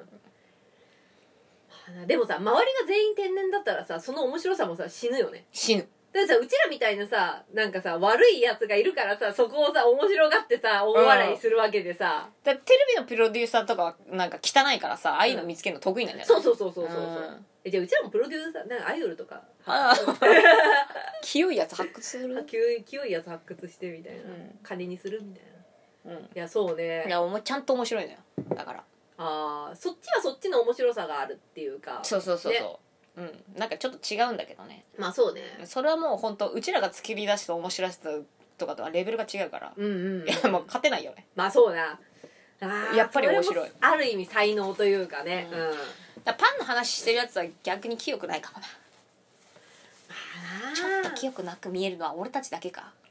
でもさ、周りが全員天然だったらさ、その面白さもさ、死ぬよね。 死ぬ。 だってさ、うちらみたいなさ、なんかさ、悪いやつがいるからさ、そこをさ、面白がってさ、大笑いするわけでさ。 だテレビのプロデューサーとかはなんか汚いからさ、ああいうの見つけるの得意なんじゃない？ そう。じゃあうちらもプロデューサー、なんかアイドルとか。 清いやつ発掘する？ 清いやつ発掘してみたいな。金にするみたいな。いや、そうね。 いや、ちゃんと面白いのよ。だから。 そっちはそっちの面白さがあるっていうか。 そう。なんかちょっと違うんだけどね。 まあそうね。 それはもう本当うちらが作り出した面白さとかとはレベルが違うから。いや、もう勝てないよね。 まあそうな。 やっぱり面白い。 ある意味才能というかね。 だパンの話してるやつは逆に清くないかもな。ちょっと清くなく見えるのは俺たちだけか。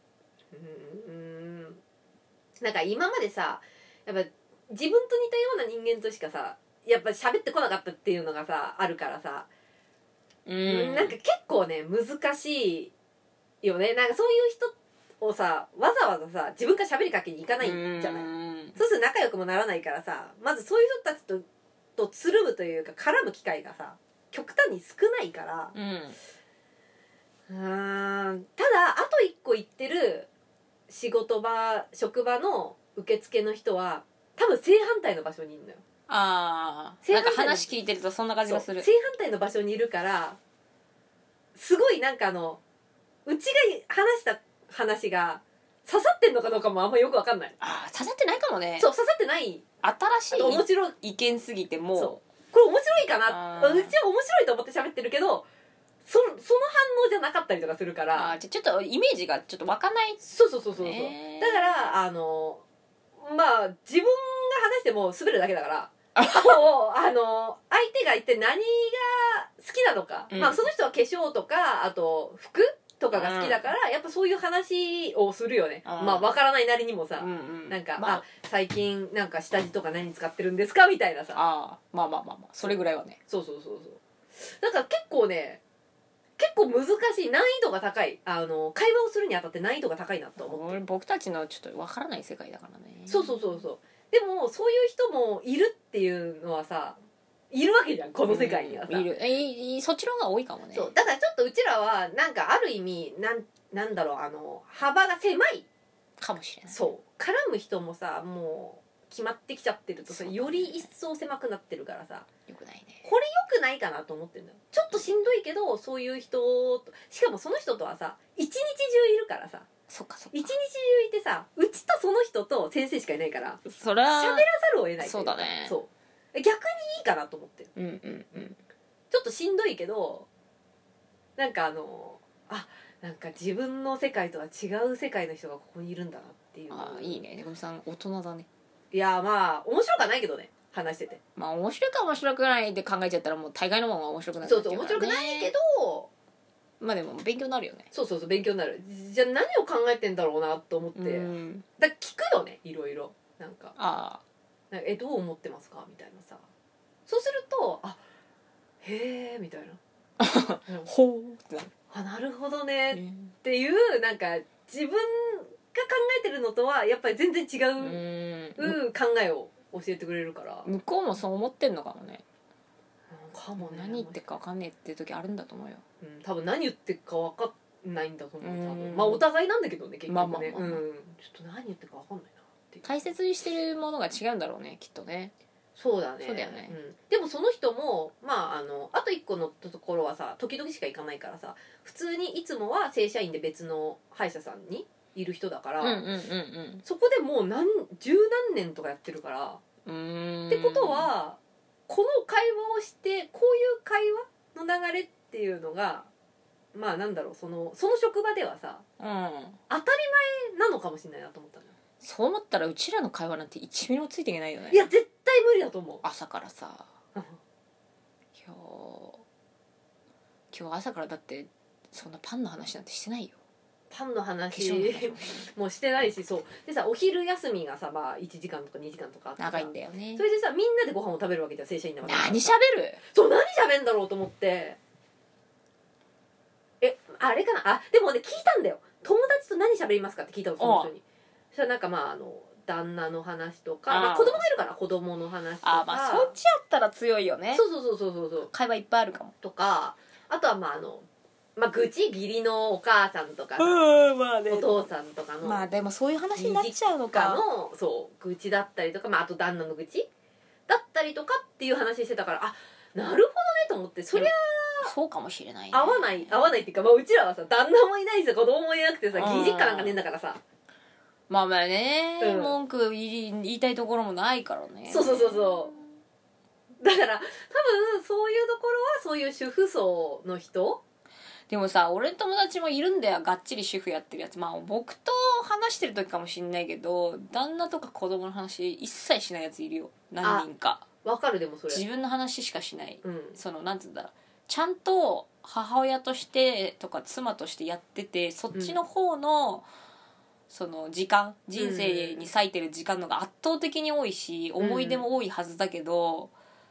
なんか今までさ、やっぱ自分と似たような人間としかさ、やっぱ喋ってこなかったっていうのがさ、あるからさ、なんか結構ね、難しいよね。なんかそういう人をさ、わざわざさ、自分から喋りかけに行かないんじゃない？そうすると仲良くもならないからさ、まずそういう人たちとつるむというか絡む機会がさ、極端に少ないから、ただあと一個言ってる職場の受付の人は多分正反対の場所にいるのよ。 なんか話聞いてるとそんな感じがする。 正反対の場所にいるからすごいなんかうちが話した話が刺さってんのかどうかもあんまよく分かんない。 刺さってないかもね。 そう、刺さってない。 新しい面白い意見すぎてもうこれ面白いかな、うちは面白いと思って喋ってるけどその反応じゃなかったりとかするから、 ちょっとイメージがちょっと湧かない。 そうだからまあ自分が話しても滑るだけだからもう相手が一体何が好きなのか、まあその人は化粧とかあと服とかが好きだから、やっぱそういう話をするよね。まあ分からないなりにもさ、なんか、最近なんか下地とか何使ってるんですかみたいなさ。 まあそれぐらいはね。 そうだから結構難しい、難易度が高い、会話をするにあたって難易度が高いなと思って。 僕たちのちょっと分からない世界だからね。 そうでもそういう人もいるっていうのはさ、いるわけじゃん、この世界にはさ。 いる。そっちの方が多いかもね。 そうだからちょっとうちらはなんかある意味なんだろう、幅が狭いかもしれない。 そう絡む人もさ、もう決まってきちゃってるとさ、より一層狭くなってるからさ、 よくないね。 これよくないかなと思ってるんだよ。ちょっとしんどいけど、そういう人と、しかもその人とはさ一日中いるからさ。 そっか一日中いてさ、うちとその人と先生しかいないから、 そりゃ喋らざるを得ない。 そうだね。 逆にいいかなと思ってる。ちょっとしんどいけど、なんかなんか自分の世界とは違う世界の人がここにいるんだなっていう。 いいね、ねこみさん大人だね。 いや、まあ面白くはないけどね、話してて。 まあ面白いか面白くないで考えちゃったらもう大概のものが面白くなっちゃうからね。 面白くないけど、 まあでも勉強になるよね。 勉強になる。じゃあ何を考えてんだろうなと思って、だから聞くよね、いろいろ。なんかどう思ってますかみたいなさ。そうするとへえみたいなほうってなるほどねっていう、なんか自分が考えてるのとはやっぱり全然違う考えを教えてくれるから。 向こうもそう思ってんのかもね。 かもね。 何言ってるか分かんねえっていう時あるんだと思うよ。 多分何言ってるか分かんないんだと思う。多分まあお互いなんだけどね、結局ね。ちょっと何言ってるか分かんないなっていう。 大切にしてるものが違うんだろうね、きっとね。 そうだね。でもその人もまああと一個のところはさ、時々しか行かないからさ、普通にいつもは正社員で別の歯医者さんにいる人だから、そこでもう十何年とかやってるから、ってことはこの会話をして、こういう会話の流れっていうのがまあなんだろう、その職場ではさ、 うん、 当たり前なのかもしれないなと思ったのよ。 そう思ったらうちらの会話なんて1ミリもついていけないよね。 いや絶対無理だと思う。 朝からさ今日朝からだってそんなパンの話なんてしてないよ。 パンの話化粧もうしてないし、そうでさ、お昼休みがさ、まあ1時間とか2時間とかあってさ、 長いんだよね。 それでさ、みんなでご飯を食べるわけじゃん、正社員なわけだから。 何喋る？ そう、何喋んだろうと思って、あれかなあ、でもね聞いたんだよ、友達と何喋りますかって聞いたの、その人に。そしたらなんかまあ旦那の話とか、まあ、子供がいるから子供の話とか、 まあそっちやったら強いよね。 そう、 会話いっぱいあるかも。 とか、あとはまあまあ、愚痴義理のお母さんとかさ、 まあね、 お父さんとかの、 まあでもそういう話になっちゃうのかのそう愚痴だったりとか、まあ、あと旦那の愚痴だったりとかっていう話してたから、あ、なるほどねと思って、そりゃそうかもしれないね。 合わないっていうか、まあ、うちらはさ旦那もいないし子供もいなくてさ、義実家なんかねえんだからさ、 まあまあね、 うん、 文句言いたいところもないからね。 そうだから多分そういうところはそういう主婦層の人。 でもさ、俺の友達もいるんだよ、がっちり主婦やってるやつ。まあ僕と話してる時かもしんないけど、旦那とか子供の話一切しないやついるよ、何人か。 わかる。でもそれ自分の話しかしない、 うん、 なんつうんだ、ちゃんと母親としてとか妻としてやってて、そっちの方の、その時間、人生に割いてる時間のが圧倒的に多いし、思い出も多いはずだけど、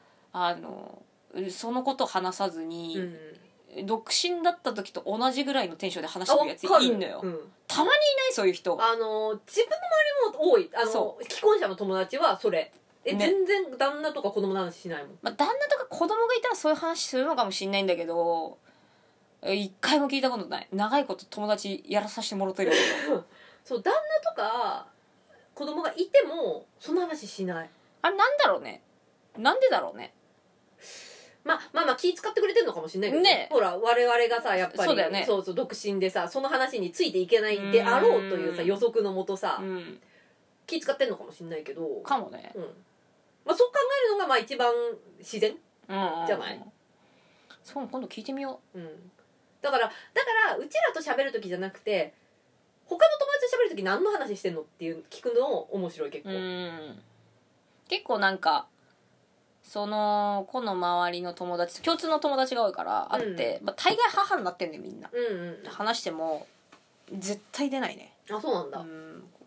そのことを話さずに、独身だった時と同じぐらいのテンションで話してるやついんのよ、たまにいない？そういう人。 自分の周りも多い。既婚者の友達はそれ全然旦那とか子供の話しないもん。 まあ、旦那とか子供がいたらそういう話するのかもしんないんだけど、一回も聞いたことない。長いこと友達やらさせてもらってるけどそう、旦那とか子供がいてもその話しない。 あれなんだろうね、なんでだろうね。 まあ気使ってくれてるのかもしれないけどね。ほら我々がさ、やっぱりそうだよね、 そう独身でさ、その話についていけないであろうというさ予測のもとさ、気使ってんのかもしれないけど、 かもね、 まあ、そう考えるのがまあ一番自然じゃない？ そう今度聞いてみよう。 だからうちらと喋る時じゃなくて、他の友達と喋る時何の話してんのっていう聞くの面白い。結構なんかその子の周りの友達、共通の友達が多いからあって、まあ、大概母になってんねみんな、話しても絶対出ないね。 あ、そうなんだ。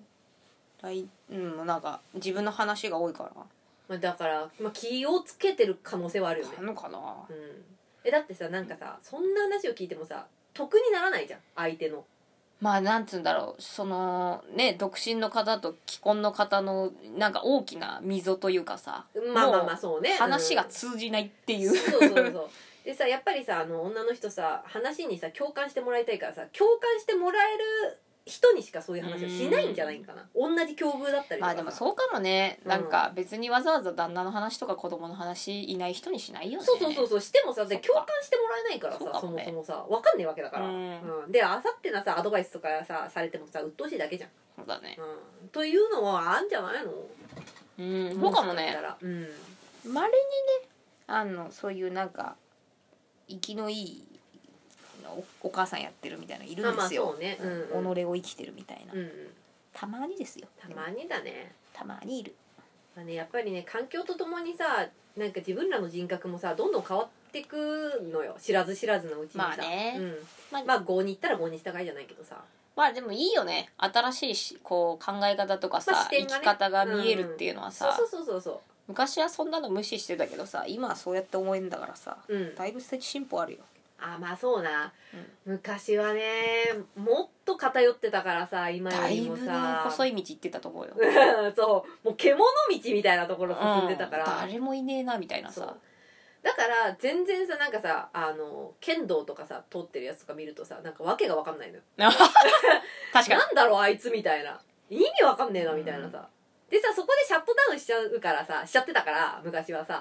なんか自分の話が多いから、 まあ、だから、まあ、気をつけてる可能性はあるよね。 あるのかな。 だってさ、なんかさ、そんな話を聞いてもさ得にならないじゃん、相手の。 まあなんつうんだろう、そのね、独身の方と既婚の方のなんか大きな溝というかさ、 まあそうね、 話が通じないっていう、 そうでさ、やっぱりさ女の人さ、話にさ共感してもらいたいからさ、共感してもらえる人にしかそういう話をしないんじゃないかな。同じ境遇だったりとか。 まあでもそうかもね。なんか別にわざわざ旦那の話とか子供の話いない人にしないよね。 そうしてもさ、で共感してもらえないからさ、そもそもさ分かんないわけだから。であさってのさアドバイスとかされてもさ鬱陶しいだけじゃん。 そうだね。 というのはあんじゃないの？ そうかもね。まれにね、そういうなんか生きのいいお母さんやってるみたいなのいるんですよ。己を生きてるみたいな。たまにですよ。 たまにだね。 たまにいる。 まあね、やっぱりね、環境とともにさ、なんか自分らの人格もさどんどん変わってくのよ、知らず知らずのうちにさ。まあね、まあ郷に行ったら郷に従いじゃないけどさ。 まあでもいいよね、新しいこう考え方とかさ、生き方が見えるっていうのはさ。そう昔はそんなの無視してたけどさ、今はそうやって思えるんだからさ、だいぶ進歩あるよ。 まあそうな、昔はねもっと偏ってたからさ、今よりもさだいぶ細い道行ってたと思うよそうもう獣道みたいなところ進んでたから、 誰もいねえなみたいなさ。 だから全然さ、なんかさ剣道とかさ通ってるやつとか見るとさ、なんか訳が分かんないのよ確かになんだろうあいつみたいな、意味分かんねえなみたいなさ、でさ、そこでシャットダウンしちゃってたから昔はさ、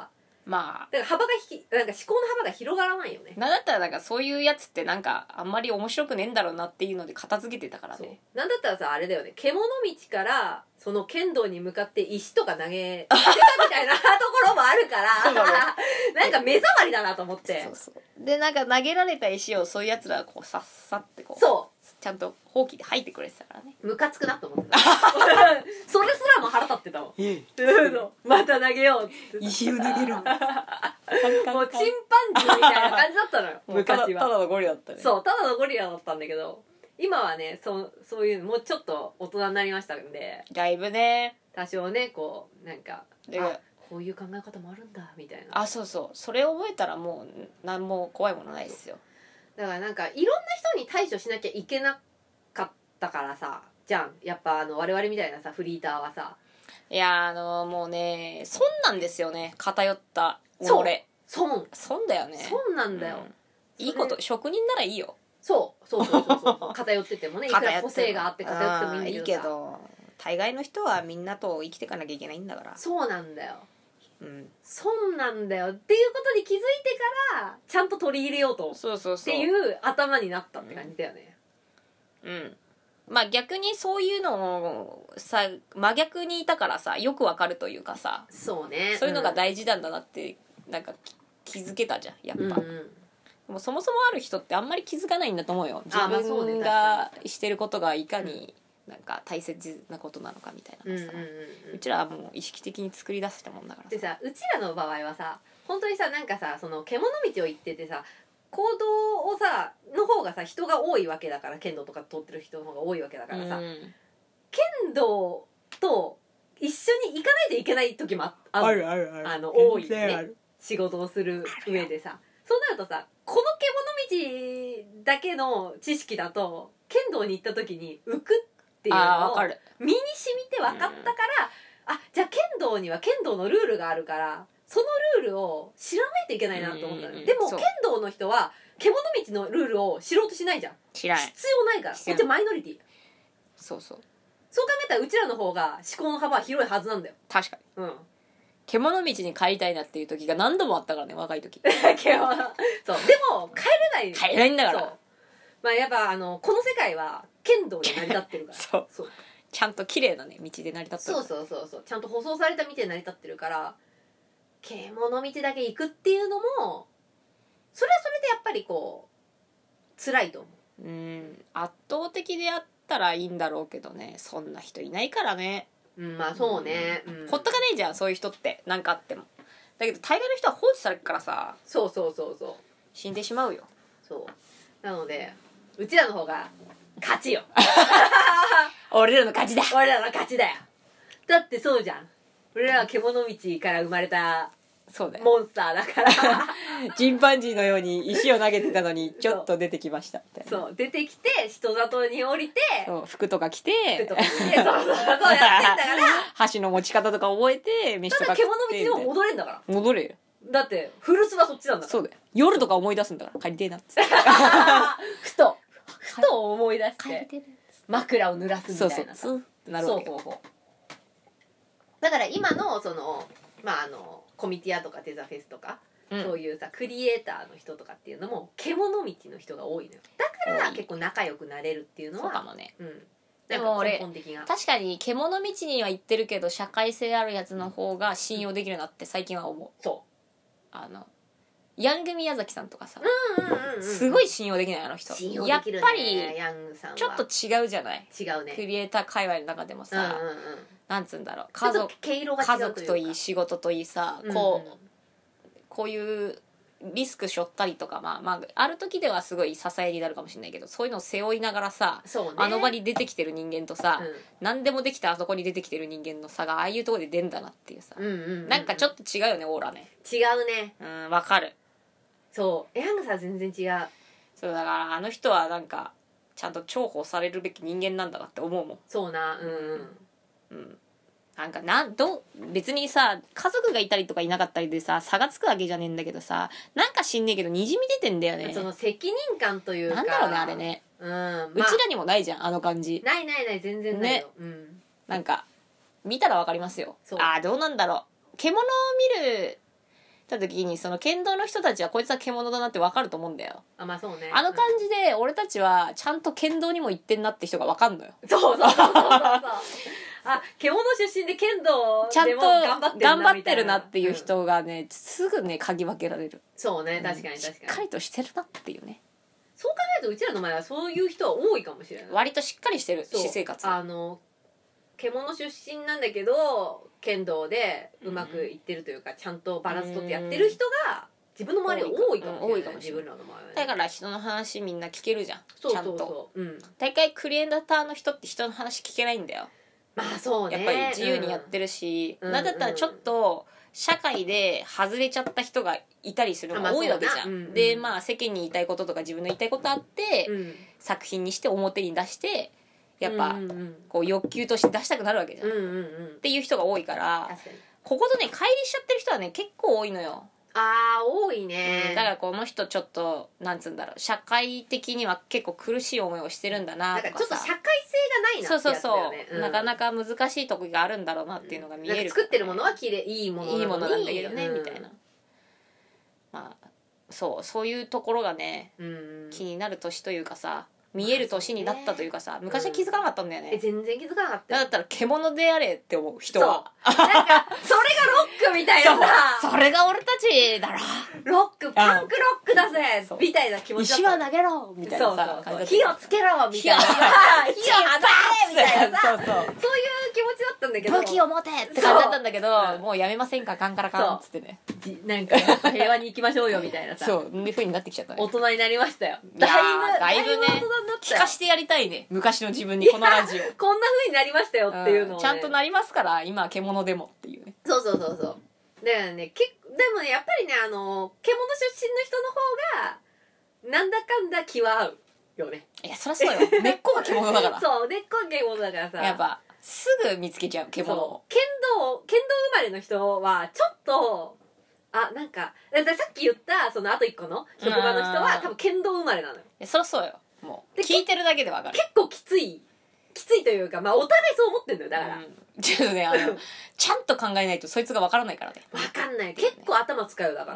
まあだからなんか思考の幅が広がらないよね。 なんだったらなんかそういうやつってなんかあんまり面白くねえんだろうなっていうので片付けてたからね。 なんだったらさあれだよね、獣道からその剣道に向かって石とか投げてたみたいなところもあるからなんか目障りだなと思って。 そうそうでなんか投げられた石をそういうやつらがこうさっさってこうちゃんとほうきで吐いてくれてたからね。 ムカつくなと思ってたそれすらも腹立ってたもんまた投げようっつって石を投げるもうチンパンジーみたいな感じだったのよ昔は。 ただのゴリラだったね。 そうただのゴリラだったんだけど、今はねそういうもうちょっと大人になりましたんで、 だいぶね多少ねこうなんかこういう考え方もあるんだみたいな。 そうそうそれを覚えたらもう何も怖いものないですよ。 だからなんかいろんな人に対処しなきゃいけなかったからさじゃん、やっぱ我々みたいなさフリーターはさ、 いやもうね損なんですよね、偏った損だよね。 損なんだよ、 いいこと職人ならいいよ。 そう偏っててもねいくら個性があって偏ってもいいんだけどさ、いいけど大概の人はみんなと生きていかなきゃいけないんだから。 そうなんだよ、損なんだよっていうことに気づいてからちゃんと取り入れようとっていう頭になったって感じだよね。 まあ逆にそういうのをさ真逆にいたからさよくわかるというかさ、 そうね、 そういうのが大事なんだなってなんか気づけたじゃんやっぱ。でもそもそもある人ってあんまり気づかないんだと思うよ、自分がしてることがいかになんか大切なことなのかみたいなのさ、うちらはもう意識的に作り出したもんだからさ。 でさうちらの場合はさ本当にさなんかさその獣道を行っててさ行動をさの方がさ人が多いわけだから、剣道とか通ってる人の方が多いわけだからさ、剣道と一緒に行かないといけない時もある多いね、仕事をする上でさ。そうなるとさこの獣道だけの知識だと剣道に行った時に浮くっていうのを身に染みて分かったから、じゃあ剣道には剣道のルールがあるからそのルールを知らないといけないなと思ったのよ。でも剣道の人は獣道のルールを知ろうとしないじゃん。必要ないから。こっちマイノリティ。そう考えたらうちらの方が思考の幅は広いはずなんだよ。 確かに。獣道に帰りたいなっていう時が何度もあったからね、若い時。 そうでも帰れないんだから。 まあやっぱこの世界は剣道で成り立ってるからそうちゃんと綺麗なね道で成り立ってる。 そうちゃんと舗装された道で成り立ってるから、獣道だけ行くっていうのもそれはそれでやっぱりこう辛いと思う。 圧倒的であったらいいんだろうけどね、そんな人いないからね。 まあそうね、 ほっとかないじゃんそういう人って何かあっても。だけど大概の人は放置されるからさ、 そう死んでしまうよ。 なのでうちらの方が勝ちよ俺らの勝ちだよ。だってそうじゃん、俺らは獣道から生まれたモンスターだからチンパンジーのように石を投げてたのにちょっと出てきましたみたいな。 出てきて人里に降りて服とか着てやってんだから箸の持ち方とか覚えて飯とか食って。 だって獣道にも戻れんだから。 戻れよ。 だって古巣はそっちなんだから。 そうだよ、夜とか思い出すんだから帰りてえなっつってふと思い出して枕を濡らすみたいなさ。 なるわけ。 だから今のそのコミティアとかテザフェスとか、そういうさクリエイターの人とかっていうのも獣道の人が多いのよ。だから結構仲良くなれるっていうのはそうかもね。 でも俺確かに獣道には行ってるけど社会性あるやつの方が信用できるなって最近は思う。ヤング宮崎さんとかさ、すごい信用できないあの人。やっぱりちょっと違うじゃない。 違うね。 クリエイター界隈の中でもさ、なんつうんだろう、家族といい仕事といいさ、こういうリスク背負ったりとか、ある時ではすごい支えになるかもしれないけど、そういうのを背負いながらさ、あの場に出てきてる人間とさ、何でもできたあそこに出てきてる人間の差がああいうところで出んだなっていうさ、なんかちょっと違うよねオーラね。 違うね。 わかる。 ヤングさん全然違う。 そうだからあの人はなんかちゃんと重宝されるべき人間なんだなって思うもん。 そうな。 なんか別にさ家族がいたりとかいなかったりでさ差がつくわけじゃねえんだけどさ、なんか知んねえけどにじみ出てんだよね。 その責任感というか、 なんだろうねあれね。うちらにもないじゃんあの感じ。 ない全然ないよ。 なんか見たらわかりますよ。どうなんだろう。獣を見るた時にその剣道の人たちはこいつは獣だなって分かると思うんだよ。 あ、まあそうね。 あの感じで俺たちはちゃんと剣道にも行ってんなって人が分かんのよ。 そうそうそうそうそうあ、獣出身で剣道ちゃんとでも頑張ってるなっていう人がね、すぐね嗅ぎ分けられる。 そうね、確かに確かに。 しっかりとしてるなっていうね。 そう考えるとうちらの前はそういう人は多いかもしれない。 割としっかりしてる私生活。 獣出身なんだけど剣道でうまくいってるというか、ちゃんとバランス取ってやってる人が自分の周りに多いかもしれない。自分らの周りはね。 だから人の話みんな聞けるじゃん。 そうちゃんと。 そうそう、うん、 大概クリエイターの人って人の話聞けないんだよ。 まあそうね。 やっぱり自由にやってるし、 うん、 なんだったらちょっと社会で外れちゃった人がいたりするのが多いわけじゃん、 うんうん、 でまあ世間に言いたいこととか自分の言いたいことあって、 うん、 作品にして表に出してやっぱ、こう欲求として出したくなるわけじゃん、っていう人が多いから、こことね乖離しちゃってる人はね結構多いのよ。 あー多いね、 だからこの人ちょっとなんつうんだろう、社会的には結構苦しい思いをしてるんだなとかさ、 ちょっと社会性がないなってやつだよね。 なかなか難しいとこがあるんだろうなっていうのが見える、 ね、作ってるものは綺麗いいものなのにいいものなんだけどね、みたいな。まあそういうところがね、気になる年というかさ、見える年になったというかさ、昔は気づかなかったんだよね、 全然気づかなかったよ。 だったら獣であれって思う人は、 なんかそれがロックみたいなさ、 それが俺たちだろ、 ロックパンクロックだぜみたいな気持ちだった。 石は投げろみたいなさ、 火をつけろみたいな、火を放てみたいなさ、そういう気持ちだったんだけど、 武器を持てって感じだったんだけど、もうやめませんかカンカラカンっつってね、 なんかやっぱ平和に行きましょうよみたいなさ、 そういう風になってきちゃったね。 大人になりましたよ。 だいぶね、聞かしてやりたいね、昔の自分にこのラジオこんな風になりましたよっていうのを、ね、 ちゃんとなりますから今は獣でもっていうね。 そうだからね、でもねやっぱりね、獣出身の人の方がなんだかんだ気は合うよね。 いやそりゃそうよ、根っこが獣だからそう、根っこが獣だからさ、 やっぱすぐ見つけちゃう獣を。 剣道生まれの人はちょっとなんかだからさっき言ったそのあと一個の職場の人は多分剣道生まれなのよ。 そりゃそうよ、もう聞いてるだけでわかる。 結構きついというか、まあお互いそう思ってんだよ。だから、 ちょっとねちゃんと考えないとそいつがわからないからね。 わかんない、結構頭使う。だから、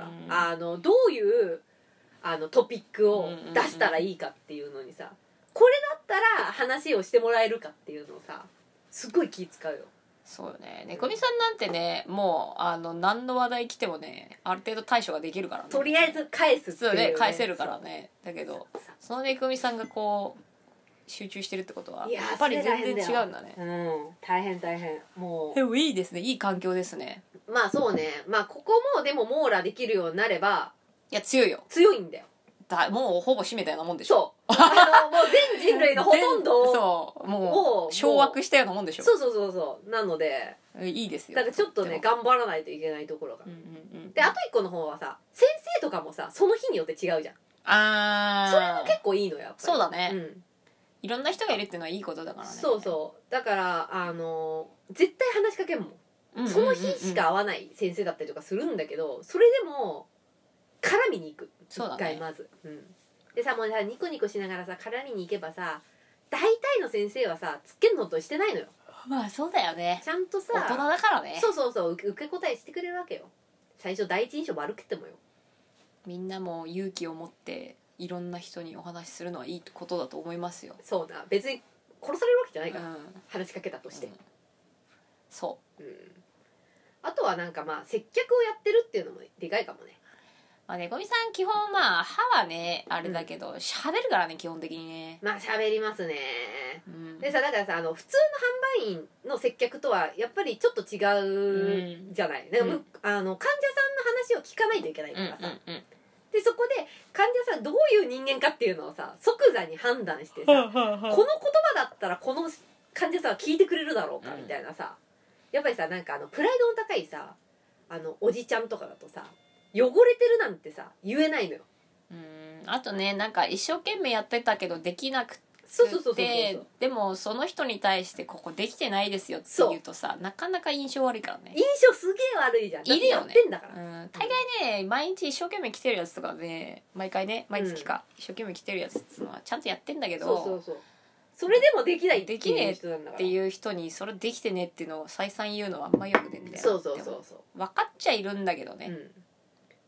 どういうトピックを出したらいいかっていうのにさ、これだったら話をしてもらえるかっていうのをさ、すっごい気使うよ。 そうよね。猫みさんなんてね、もう何の話題来てもね、ある程度対処ができるからね。 とりあえず返すっていう、 そうね、返せるからね。だけどその猫みさんがこう集中してるってことはやっぱり全然違うんだね。 大変もう。 でもいいですね、いい環境ですね。 まあそうね、まあここもでも網羅できるようになれば、 いや強いよ、 強いんだよ。 もうほぼ締めたようなもんでしょ。 そうもう全人類のほとんどをそうもう掌握したようなもんでしょ。 そうなのでいいですよ。 だからちょっとね頑張らないといけないところが、であと一個の方はさ、先生とかもさその日によって違うじゃん。それも結構いいのよ、やっぱり。 そうだね、いろんな人がいるっていうのはいいことだからね。 そうだから絶対話しかけんもん、その日しか会わない先生だったりとかするんだけど、それでも絡みに行く、一回まず、でさ、もうさニコニコしながらさ絡みに行けばさ、大体の先生はさつっけんのとしてないのよ。 まあそうだよね、 ちゃんとさ大人だからね。 そう受け答えしてくれるわけよ。最初第一印象悪くてもよ。 みんなも勇気を持っていろんな人にお話しするのはいいことだと思いますよ。 そうだ、別に殺されるわけじゃないから、話しかけたとして、 そう、 あとはなんかまあ接客をやってるっていうのもでかいかもね。 まあ、猫みさん基本まあ歯はねあれだけど喋るからね、基本的にね。 まあ喋りますね、でさ、だからさ普通の販売員の接客とはやっぱりちょっと違うじゃない、患者さんの話を聞かないといけないからさ、でそこで患者さんどういう人間かっていうのをさ即座に判断してさこの言葉だったらこの患者さんは聞いてくれるだろうかみたいなさ、やっぱりさなんかプライドの高いさおじちゃんとかだとさ汚れてるなんてさ言えないのよ。 あとね、なんか一生懸命やってたけどできなくて、でもその人に対してここできてないですよって言うとさ、なかなか印象悪いからね。 印象すげえ悪いじゃん。 いるよね、 だってやってんだから、 大概ね毎日一生懸命来てるやつとかね、毎回ね毎月か、一生懸命来てるやつっつうのはちゃんとやってんだけど、 それでもできないできねえっていう人にそれできてねっていうのを再三言うのはあんまよくねみたいな。分かっちゃいるんだけどね、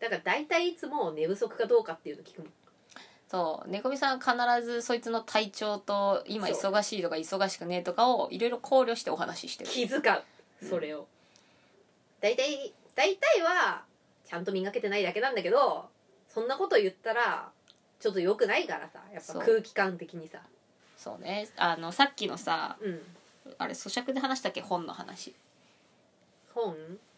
だから大体いつも寝不足かどうかっていうの聞くもん。 そう猫みさんは必ずそいつの体調と今忙しいとか忙しくねえとかをいろいろ考慮してお話ししてる。 気遣うそれを、大体はちゃんと磨けてないだけなんだけど、そんなこと言ったらちょっと良くないからさ、やっぱ空気感的にさ。 そうね、さっきのさ、 うん、 あれ咀嚼で話したっけ、本の話。 本、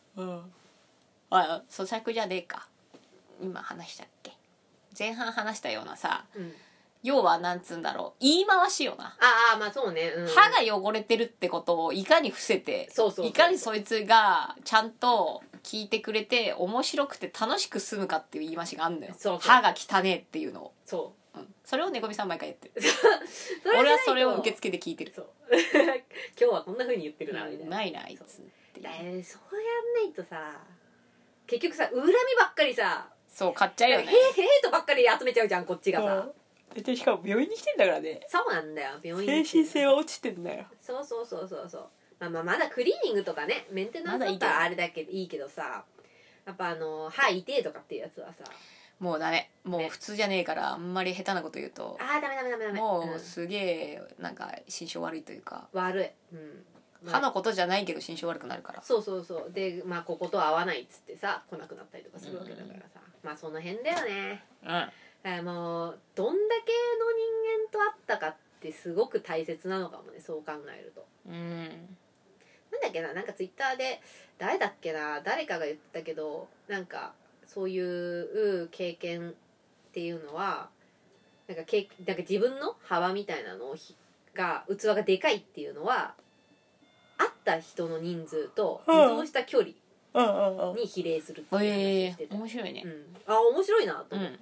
咀嚼じゃねえか、今話したっけ、前半話したようなさ、 うん、 要はなんつうんだろう、言い回しよな。 まあそうね、うん、 歯が汚れてるってことをいかに伏せて、いかにそいつがちゃんと聞いてくれて面白くて楽しく済むかっていう言い回しがあるんだよ。歯が汚ねえっていうのを。それを猫みさん毎回やってる俺はそれを受付で聞いてる。そう今日はこんな風に言ってるなみたいな、 ないなあいつって。 そうやんないとさ、結局さ恨みばっかりさ、 そう買っちゃうよね。 ヘイトばっかり集めちゃうじゃんこっちがさ。 でしかも病院に来てんだからね。 そうなんだよ、病院に精神性は落ちてんだよ。 そうまだクリーニングとかね、メンテナンスだったらあれだけいいけどさ、やっぱ歯痛えとかっていうやつはさ、もうダメ、もう普通じゃねえから、あんまり下手なこと言うとダメもうすげえなんか心象悪いというか、 悪い、 歯のことじゃないけど心象悪くなるから。 そうで、ここと合わないっつってさ来なくなったりとかするわけだからさ、その辺だよね。もうどんだけの人間と会ったかってすごく大切なのかもね、そう考えると。なんだっけな、なんかツイッターで誰だっけな、誰かが言ってたけど、なんかそういう経験っていうのはなんか自分の幅みたいなのが器がでかいっていうのは、会った人の人数と移動した距離に比例するっていう話してた。 面白いね、 面白いなと思った、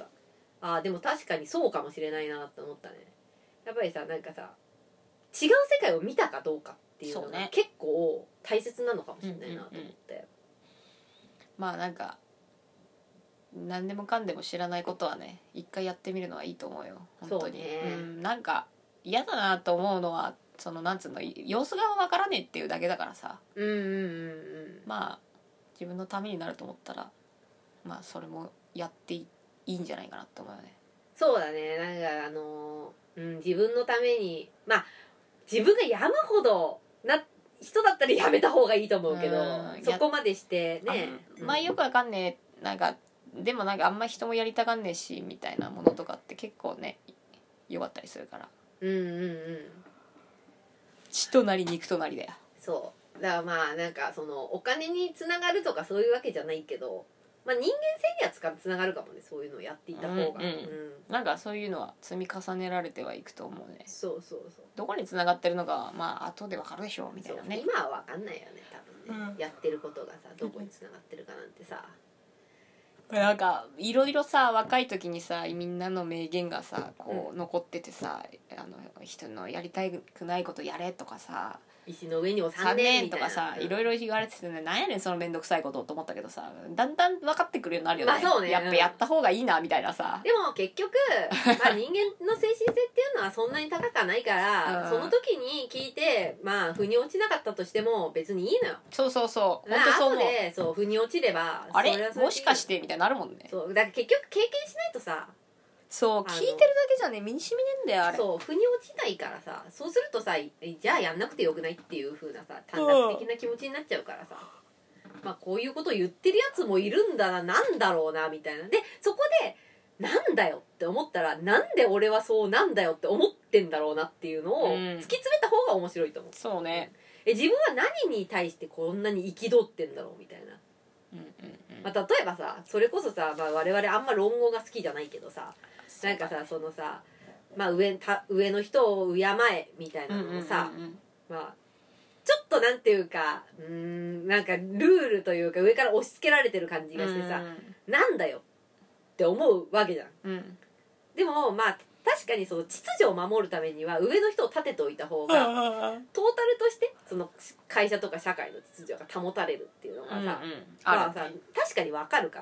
でも確かにそうかもしれないなと思ったね。やっぱりさ、なんかさ、違う世界を見たかどうかっていうのが結構大切なのかもしれないなと思って、 まあなんか何でもかんでも知らないことはね、一回やってみるのはいいと思うよ本当に。なんか嫌だなと思うのは、そのなんつうの、様子がわからねえっていうだけだからさ、まあ自分のためになると思ったら、まあそれもやっていいんじゃないかなって思うよね。 そうだね、なんか自分のために、自分が病むほどな人だったらやめた方がいいと思うけど、そこまでしてね、 よくわかんねえ、なんかでもなんかあんま人もやりたがんねえしみたいなものとかって結構ねよかったりするから。血となり肉となりだよ。そうだからなんかそのお金につながるとかそういうわけじゃないけど、人間性にはつながるかもね、そういうのをやっていた方が。 なんかそういうのは積み重ねられてはいくと思うね。 そうどこにつながってるのか後でわかるでしょみたいなね。 今は分かんないよね多分ね、やってることがさどこにつながってるかなんてさ。 なんかいろいろさ、若い時にさみんなの名言がさこう残っててさ、人のやりたくないことやれとかさ、 石の上にも 3年とかさ、いろいろ言われててね、なんやねんそのめんどくさいことと思ったけどさ、だんだん分かってくるようになるよね。 そうね、 やっぱやった方がいいなみたいなさ。 でも結局人間の精神性っていうのはそんなに高くはないから、その時に聞いて腑に落ちなかったとしても別にいいのよ。 そう本当そう思う。 後で腑に落ちれば、 あれもしかしてみたいになるもんね。 だから結局経験しないとさ、 聞いてるだけじゃね身に染みねえんだよあれ。 腑に落ちないからさ、そうするとさ、じゃあやんなくてよくないっていう風なさ短絡的な気持ちになっちゃうからさ、こういうことを言ってるやつもいるんだな、なんだろうなみたいな。でそこでなんだよって思ったら、なんで俺はそうなんだよって思ってんだろうなっていうのを突き詰めた方が面白いと思う。 そうね。 自分は何に対してこんなに憤ってんだろうみたいな。例えばさ、それこそさ、我々あんま論語が好きじゃないけどさ、なんかさ、そのさ、上の人を敬えみたいなのをさ、ちょっとなんていうか、なんかルールというか上から押し付けられてる感じがしてさ、なんだよって思うわけじゃん。でも確かにその秩序を守るためには上の人を立てておいた方がトータルとしてその会社とか社会の秩序が保たれるっていうのがさ、確かに分かるから、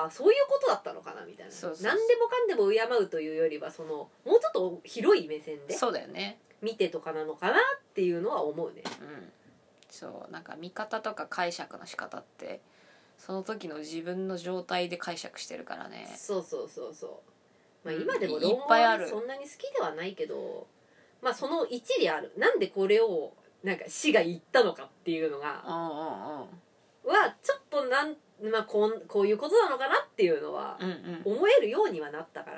そういうことだったのかなみたいな。何でもかんでも敬うというよりは、そのもうちょっと広い目線で見てとかなのかなっていうのは思うね。 そうなんか見方とか解釈の仕方ってその時の自分の状態で解釈してるからね。 そうそうそうそう。まあ今でもい論っぱいある語はそんなに好きではないけど、まあその一理ある。なんでこれをなんか死が言ったのかっていうのがうんうんうんはちょっとまあこういうことなのかなっていうのはうん思えるようにはなったから、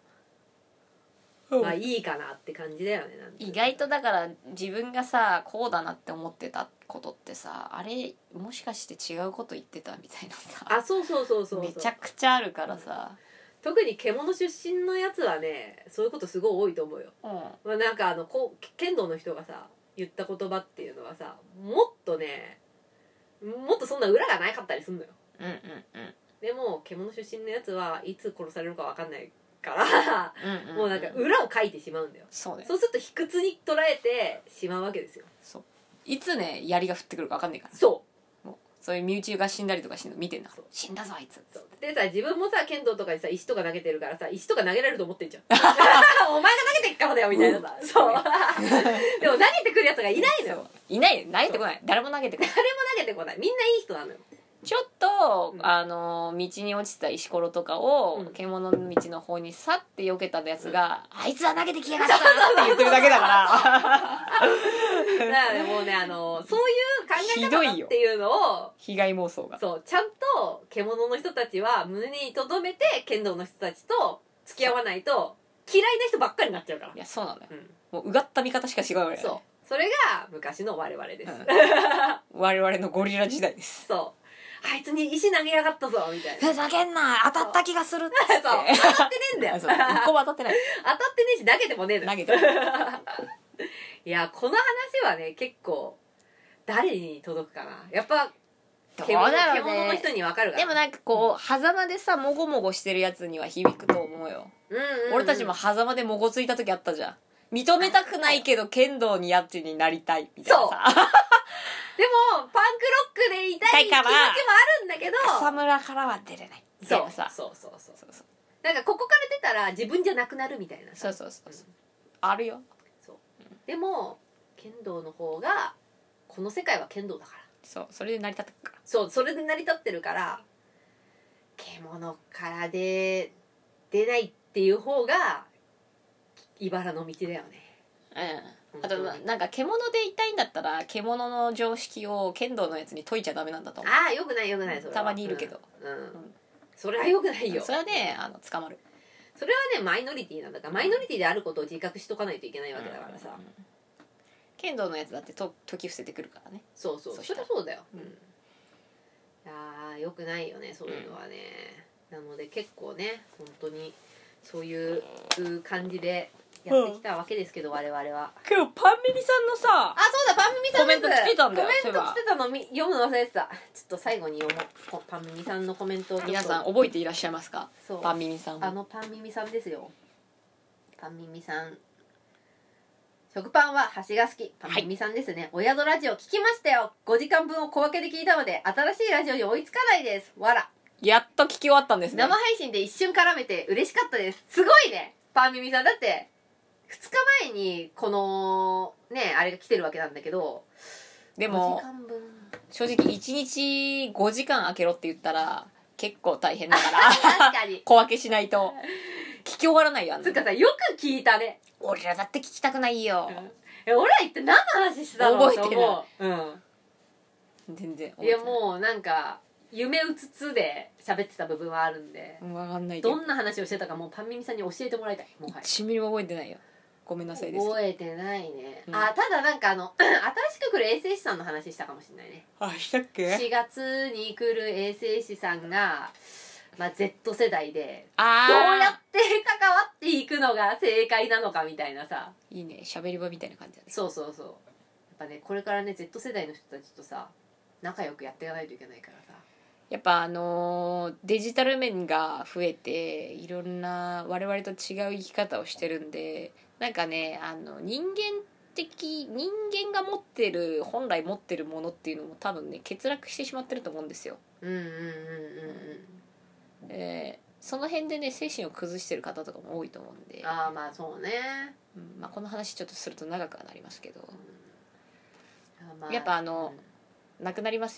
まあいいかなって感じだよね。なんて意外とだから自分がさこうだなって思ってたことってさ、あれもしかして違うこと言ってたみたいなさ、 あ、そうそうそうそうそう。 めちゃくちゃあるからさ、 特に獣出身のやつはね、そういうことすごい多いと思うよ。 うんまあ、なんか剣道の人がさ言った言葉っていうのはさ、もっとそんな裏がなかったりすんのよ。 うんうんでも獣出身のやつはいつ殺されるか分かんないからうんうんもうなんか裏を書いてしまうんだよ。 そうね。 そうすると卑屈に捉えてしまうわけですよ。 そういつね槍が降ってくるか分かんないからそもうそういう身内が死んだりとかしてるの見てんだそう死んだぞあいつうでさ、自分もさ剣道とかでさ石とか投げてるからさ、石とか投げられると思ってんじゃんお前が投げてっからだよみたいなさ、そうでも投げてくるやつがいないのよ。 そういない投げてこない誰も投げてこない誰も投げてこない。みんないい人なのよ。 ちょっと、 うん道に落ちた石ころとかを、 うん獣の道の方にさって避けたやつが、あいつは投げてきやがったって言ってるだけだからだからもうねそういう考え方だっていうのを被害妄想がそうちゃんと獣の人たちは胸に留めて剣道の人たちと付き合わないと嫌いな人ばっかりになっちゃうから。 いやそうなのよ、 うんもううがった見方しか違うよね。 そうそれが昔の我々です、 うん我々のゴリラ時代ですそうあいつに石投げやがったぞみたいなふざけんな当たった気がするっつってそう当たってねえんだよそう一個も当たってない当たってねえし投げてもねえのよ投げてるいやこの話はね結構誰に届くかな。やっぱどうだろうね獣の人に分かるから。 でもなんかこう狭間でさもごもごしてるやつには響くと思うよ、 うんうんうん、 俺たちも狭間でもごついた時あったじゃん。認めたくないけど剣道にやつになりたいみたいなさでもパンクロックでいたい気持ちもあるんだけど草むらからは出れないみたいなさそうなんかここから出たら自分じゃなくなるみたいなそうそうそうそう、あるよ。 そうでも剣道の方がこの世界は剣道だからそうそれで成り立ってるからそうそれで成り立ってるから獣から出ないっていう方が茨の道だよね。 あとなんか獣でいたいんだったら獣の常識を剣道のやつに解いちゃダメなんだと思う。 ああよくないよくないそれはたまにいるけど、 それはよくないよ。 それはね捕まる。 それはねマイノリティなんだから、マイノリティであることを自覚しとかないといけないわけだからさ、 剣道のやつだって解き伏せてくるからね。 そうそりゃそうだよ、いやよくないよねそういうのはね、なので結構ね本当にそういう感じでやってきたわけですけど、我々は。 今日パンミミさんのさあそうだパンミミさんコメント来てたんだよ。 コメント来てたの読むの忘れてた。ちょっと最後に読もうパンミミさんのコメントを。 皆さん覚えていらっしゃいますか？ そうパンミミさん。 パンミミさんですよ。パンミミさん、食パンは端が好き。パンミミさんですね、お宿ラジオ聞きましたよ。5時間分を小分けで聞いたので新しいラジオに追いつかないです。わらやっと聞き終わったんですね。 生配信で一瞬絡めて嬉しかったです。すごいねパンミミさん。だって2日前にこのねあれが来てるわけなんだけど、 でも 5時間分正直1日5時間空けろって言ったら結構大変だから確かに小分けしないと聞き終わらないよ。あんなつうかさよく聞いたね。 俺らだって聞きたくないよ、 俺ら一体何の話してたの覚えてないと思全然う。いやもうなんか夢うつつで喋ってた部分はあるんで、 分かんないけどどんな話をしてたかもうパンミミさんに教えてもらいたい。もう 1ミリも覚えてないよ。ごめんなさいです。 覚えてないね、 うんあただなんか新しく来る衛生士さんの話したかもしれないね。 あしたっけ？ 4月に来る衛生士さんが、まあ、Z 世代でどうあやって関わっていくのが正解なのかみたいなさ。 いいね、喋り場みたいな感じだね。 そうやっぱねこれからね Z 世代の人たちとさ仲良くやっていかないといけないからさ。 やっぱデジタル面が増えていろんな我々と違う生き方をしてるんで、なんかね人間が持ってる本来持ってるものっていうのも多分ね欠落してしまってると思うんですよ。その辺でね精神を崩してる方とかも多いと思うんで、 ああまあそうね、 まあ、この話ちょっとすると長くはなりますけど、 まあやっぱなくなりますよ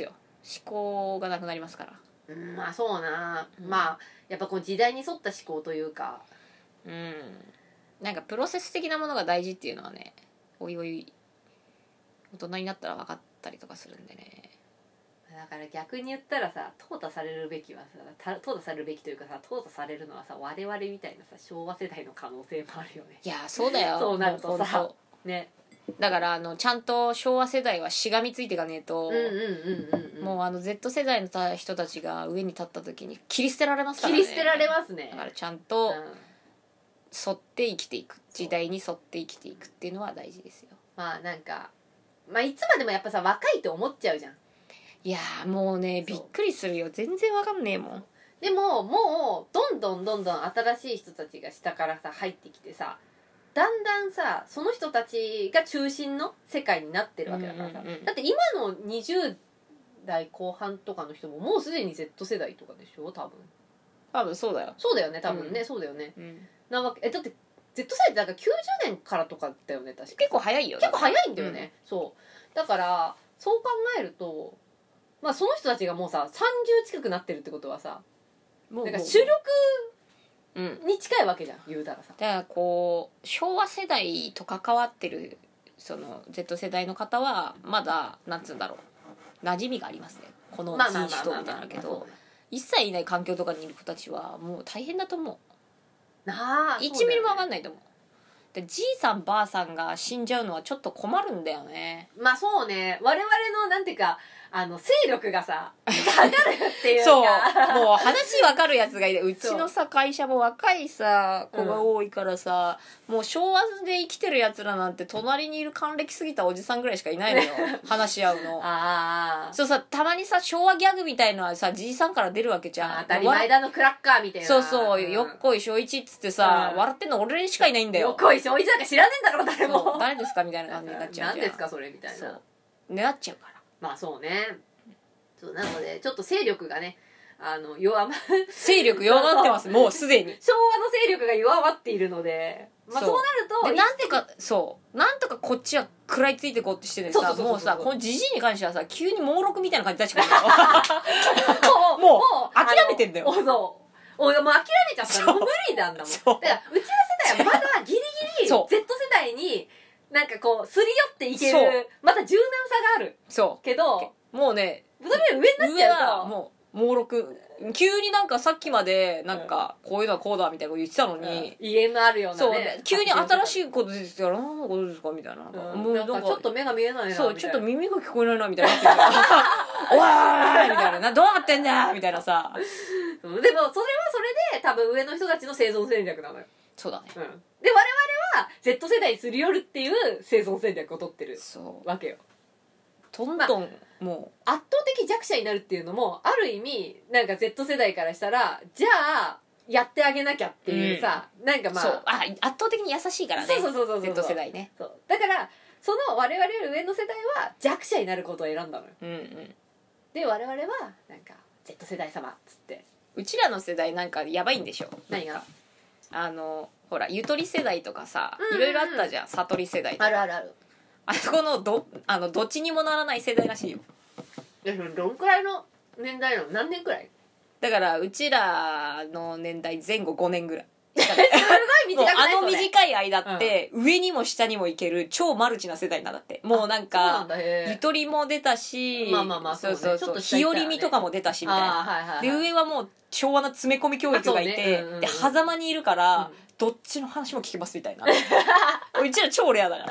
考がなくなりますから。 まあそうな、まあやっぱこう時代に沿った思考というか、 なんかプロセス的なものが大事っていうのはね、おいおい大人になったら分かったりとかするんでね。 だから逆に言ったらさ、淘汰されるべきはさ、淘汰されるべきというかさ、淘汰されるのはさ、我々みたいなさ、昭和世代の可能性もあるよね。 いやそうだよ。 そうなるとさね、 だからちゃんと昭和世代はしがみついていかねえと、もうZ 世代の人たちが上に立った時に切り捨てられますからね。 切り捨てられますね。 だからちゃんと沿って生きていく、時代に沿って生きていくっていうのは大事ですよ。 まあなんか、まあいつまでもやっぱさ、若いと思っちゃうじゃん。 いやもうね、びっくりするよ。全然わかんねえもん。 でももうどんどん新しい人たちが下からさ入ってきてさ、だんだんさその人たちが中心の世界になってるわけだからさ、だって今の20代後半とかの人ももうすでに Z 世代とかでしょ、多分そうだよ。 そうだよね、多分ね、そうだよね、なわけだって Z 世代ってだから90年からとかだよね、確か。 結構早いよ。 結構早いんだよね、そうだからそう考えると、まあその人たちがもうさ30近くなってるってことはさ、 もうなんか主力に近いわけじゃん、言うたらさ。 だからこう昭和世代と関わってるその Z 世代の方はまだなんつうんだろう、馴染みがありますね、この人種とみたいなのけど、一切いない環境とかにいる子たちはもう大変だと思う。1ミリも分かんないと思う。でじいさんばあさんが死んじゃうのはちょっと困るんだよね。 まあそうね、我々のなんていうか勢力がさ下がるっていうかそう、もう話分かるやつがいて、うちのさ会社も若いさ子が多いからさ、もう昭和で生きてるやつらなんて隣にいる還暦すぎたおじさんぐらいしかいないのよ話し合うの。そうさ、たまにさ昭和ギャグみたいのはさじいさんから出るわけじゃん。 当たり前だのクラッカーみたいな。 そうそう、よっこいしょいちっつってさ、笑ってんの俺にしかいないんだよ。 よっこいしょいちなんか知らねえんだから誰も。 誰ですかみたいな感じになっちゃうじゃん。 何ですかそれみたいな。そうなっちゃうから。 まあそうね。そうなのでちょっと勢力がね弱ま勢力弱まってます。もうすでに昭和の勢力が弱まっているので、まあそうなるとなんとかなんとかこっちは食らいついてこうってしてるんでさ、もうさこのジジイに関してはさ急に猛録みたいな感じ出してくるのもう諦めてんだよ。 そうもう諦めちゃったらもう無理なんだもん。だからうちの世代はまだギリギリ Z 世代になんかこうすり寄っていけるまだ柔軟さがあるけど、 もうねそれ上になっちゃうともう猛録、急になんかさっきまでなんかこういうのはこうだみたいなこと言ってたのに、 家のあるようなね、 そう急に新しいことですよ、何のことですかみたいな、 もうなんかちょっと目が見えないな、 そうちょっと耳が聞こえないなみたいなおーいみたいな、どうなってんだみたいなさ。 でもそれはそれで多分上の人たちの生存戦略なのよ。 そうだね、 で我々は Z 世代にすり寄るっていう生存戦略を取ってるわけよ。 どんどんもう圧倒的弱者になるっていうのもある意味なんか Z 世代からしたらじゃあやってあげなきゃっていうさ、なんかまあ圧倒的に優しいからね。 そう Z 世代ね。 そうだからその我々より上の世代は弱者になることを選んだのよ。で我々はなんか Z 世代様っつって、 うちらの世代なんかやばいんでしょ。 何がほらゆとり世代とかさ、いろいろあったじゃん。悟り世代とかあるあそこのどっちにもならない世代らしいよ。 どんくらいの年代なの？何年くらい？ だからうちらの年代前後5年ぐらいすごい短くない？ もう短い間って、上にも下にも行ける超マルチな世代なんだって。もうなんかゆとりも出たし、そう日和見とかも出たしみたいな。で上はもう昭和の詰め込み教育がいて、で狭間にいるから、どっちの話も聞きますみたいな。うちら超レアだから。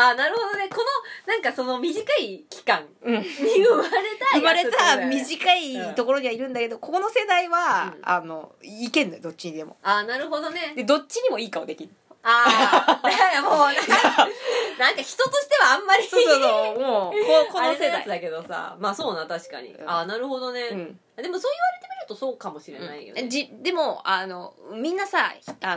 なるほどね。このなんかその短い期間に生まれた短いところにはいるんだけど、ここの世代は、いけんのよどっちにでも。 なるほどね。 でどっちにもいい顔できる。 もうなんか人としてはあんまりそうもうこの世代だけどさ、まあそうな、確かに。なるほどね。でもそう言われてみるとそうかもしれないよね。 でもみんなさ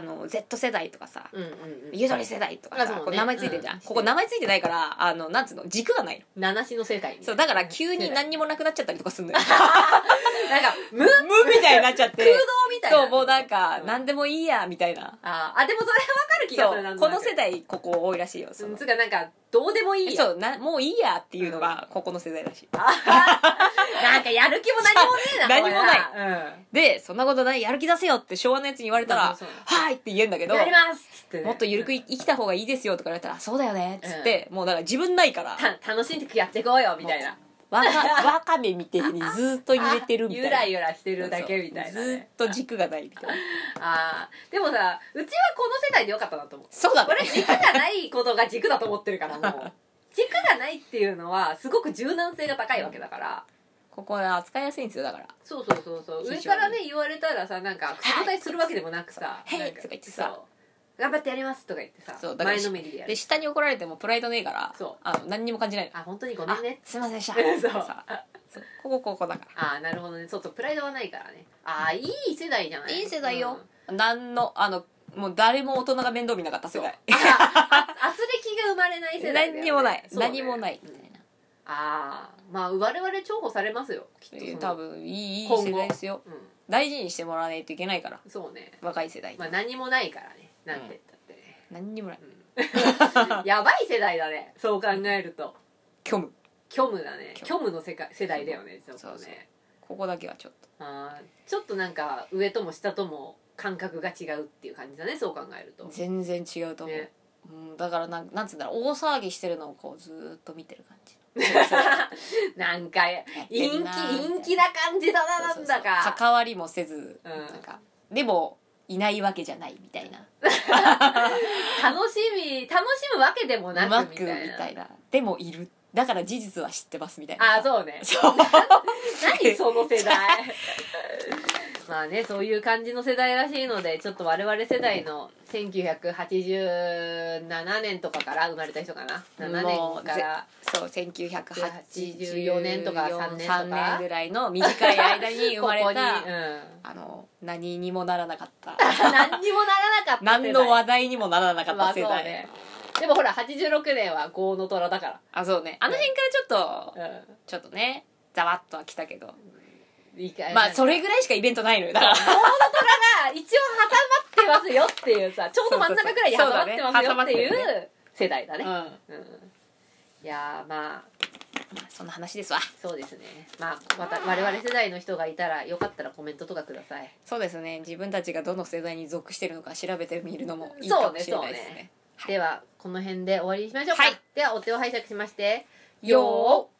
Z 世代とかさ、ゆとり世代とかさ、こう名前ついてるじゃん。ここ名前ついてないからなんつうの軸がないの。 七種の世界。 そうだから急に何にもなくなっちゃったりとかするのよ。 なんか無みたいになっちゃって。 空洞みたいな。 そうもうなんか何でもいいやみたいな。 でもそれは分かる気がする。 この世代ここ多いらしいよ。 つうかなんかどうでもいいや。 もういいやっていうのがここの世代らしい。 なんかやる気も何もねえな何もないい、 でそんなことない、やる気出せよって昭和のやつに言われたら、はいって言えんだけど、 やりますっつってね、 もっとゆるく生きた方がいいですよとか言われたら、そうだよねっつって、もうだから自分ないから楽しんでやっていこうよみたいな、 わかめ見てにずっと揺れてるみたいな、 ゆらゆらしてるだけみたいな、ね、 ずっと軸がないみたいな。 でもさ、うちはこの世代でよかったなと思う。 そうだね、 俺軸がないことが軸だと思ってるから、もう軸がないっていうのはすごく柔軟性が高いわけだから、 ここは扱いやすいんですよ。だからそう上からね言われたらさ、なんか口答えするわけでもなくさ「 へい」とか言ってさ、 頑張ってやりますとか言ってさ、前のめりでやる。 で下に怒られてもプライドねえから、何にも感じない。 本当にごめんね、 すいませんでしたそうここだから。なるほどね、ちょっとプライドはないからね。いい世代じゃない。 いい世代よ、なんのもう誰も大人が面倒見なかった世代。 圧力が生まれない世代だよね。 何にもない、何もないみたいな。 まあ我々重宝されますよきっと。 多分いい世代ですよ、大事にしてもらわないといけないから。 そうね、 若い世代。 何もないからね、なんて言ったってね、 何にもない、 やばい世代だね、そう考えると。 虚無だね、虚無の世代だよね、ちょっとね。 ここだけはちょっとちょっとなんか上とも下とも感覚が違うっていう感じだね、そう考えると。 全然違うと思う、だからなんつうんだろう、大騒ぎしてるのをこうずーっと見てる感じ。 なんか陰気な感じだな、なんだか関わりもせず、なんかでもいないわけじゃないみたいな楽しむわけでもなくみたいなでもいる、だから事実は知ってますみたいな。 そうね、何その世代まあね、そういう感じの世代らしいので、ちょっと我々世代の1987年とかから生まれた人かな、7年からそう1984 年とか3 年ぐらいの短い間に生まれた何にもならなかった何にもならなかった何の話題にもならなかった世代、 でもほら86年は豪の虎だから。 そうね、あの辺からちょっとねざわっとは来たけど、それぐらいしかイベントないのよ。だから豪の虎が一応挟まってますよっていうさ、ちょうど真ん中ぐらいに挟まってますよっていう世代だね。いやまあそんな話ですわ。 そうですね。また我々世代の人がいたらよかったらコメントとかください。 そうですね、自分たちがどの世代に属してるのか調べてみるのもいいかもしれないですね。 ではこの辺で終わりにしましょうか。ではお手を拝借しまして、よー。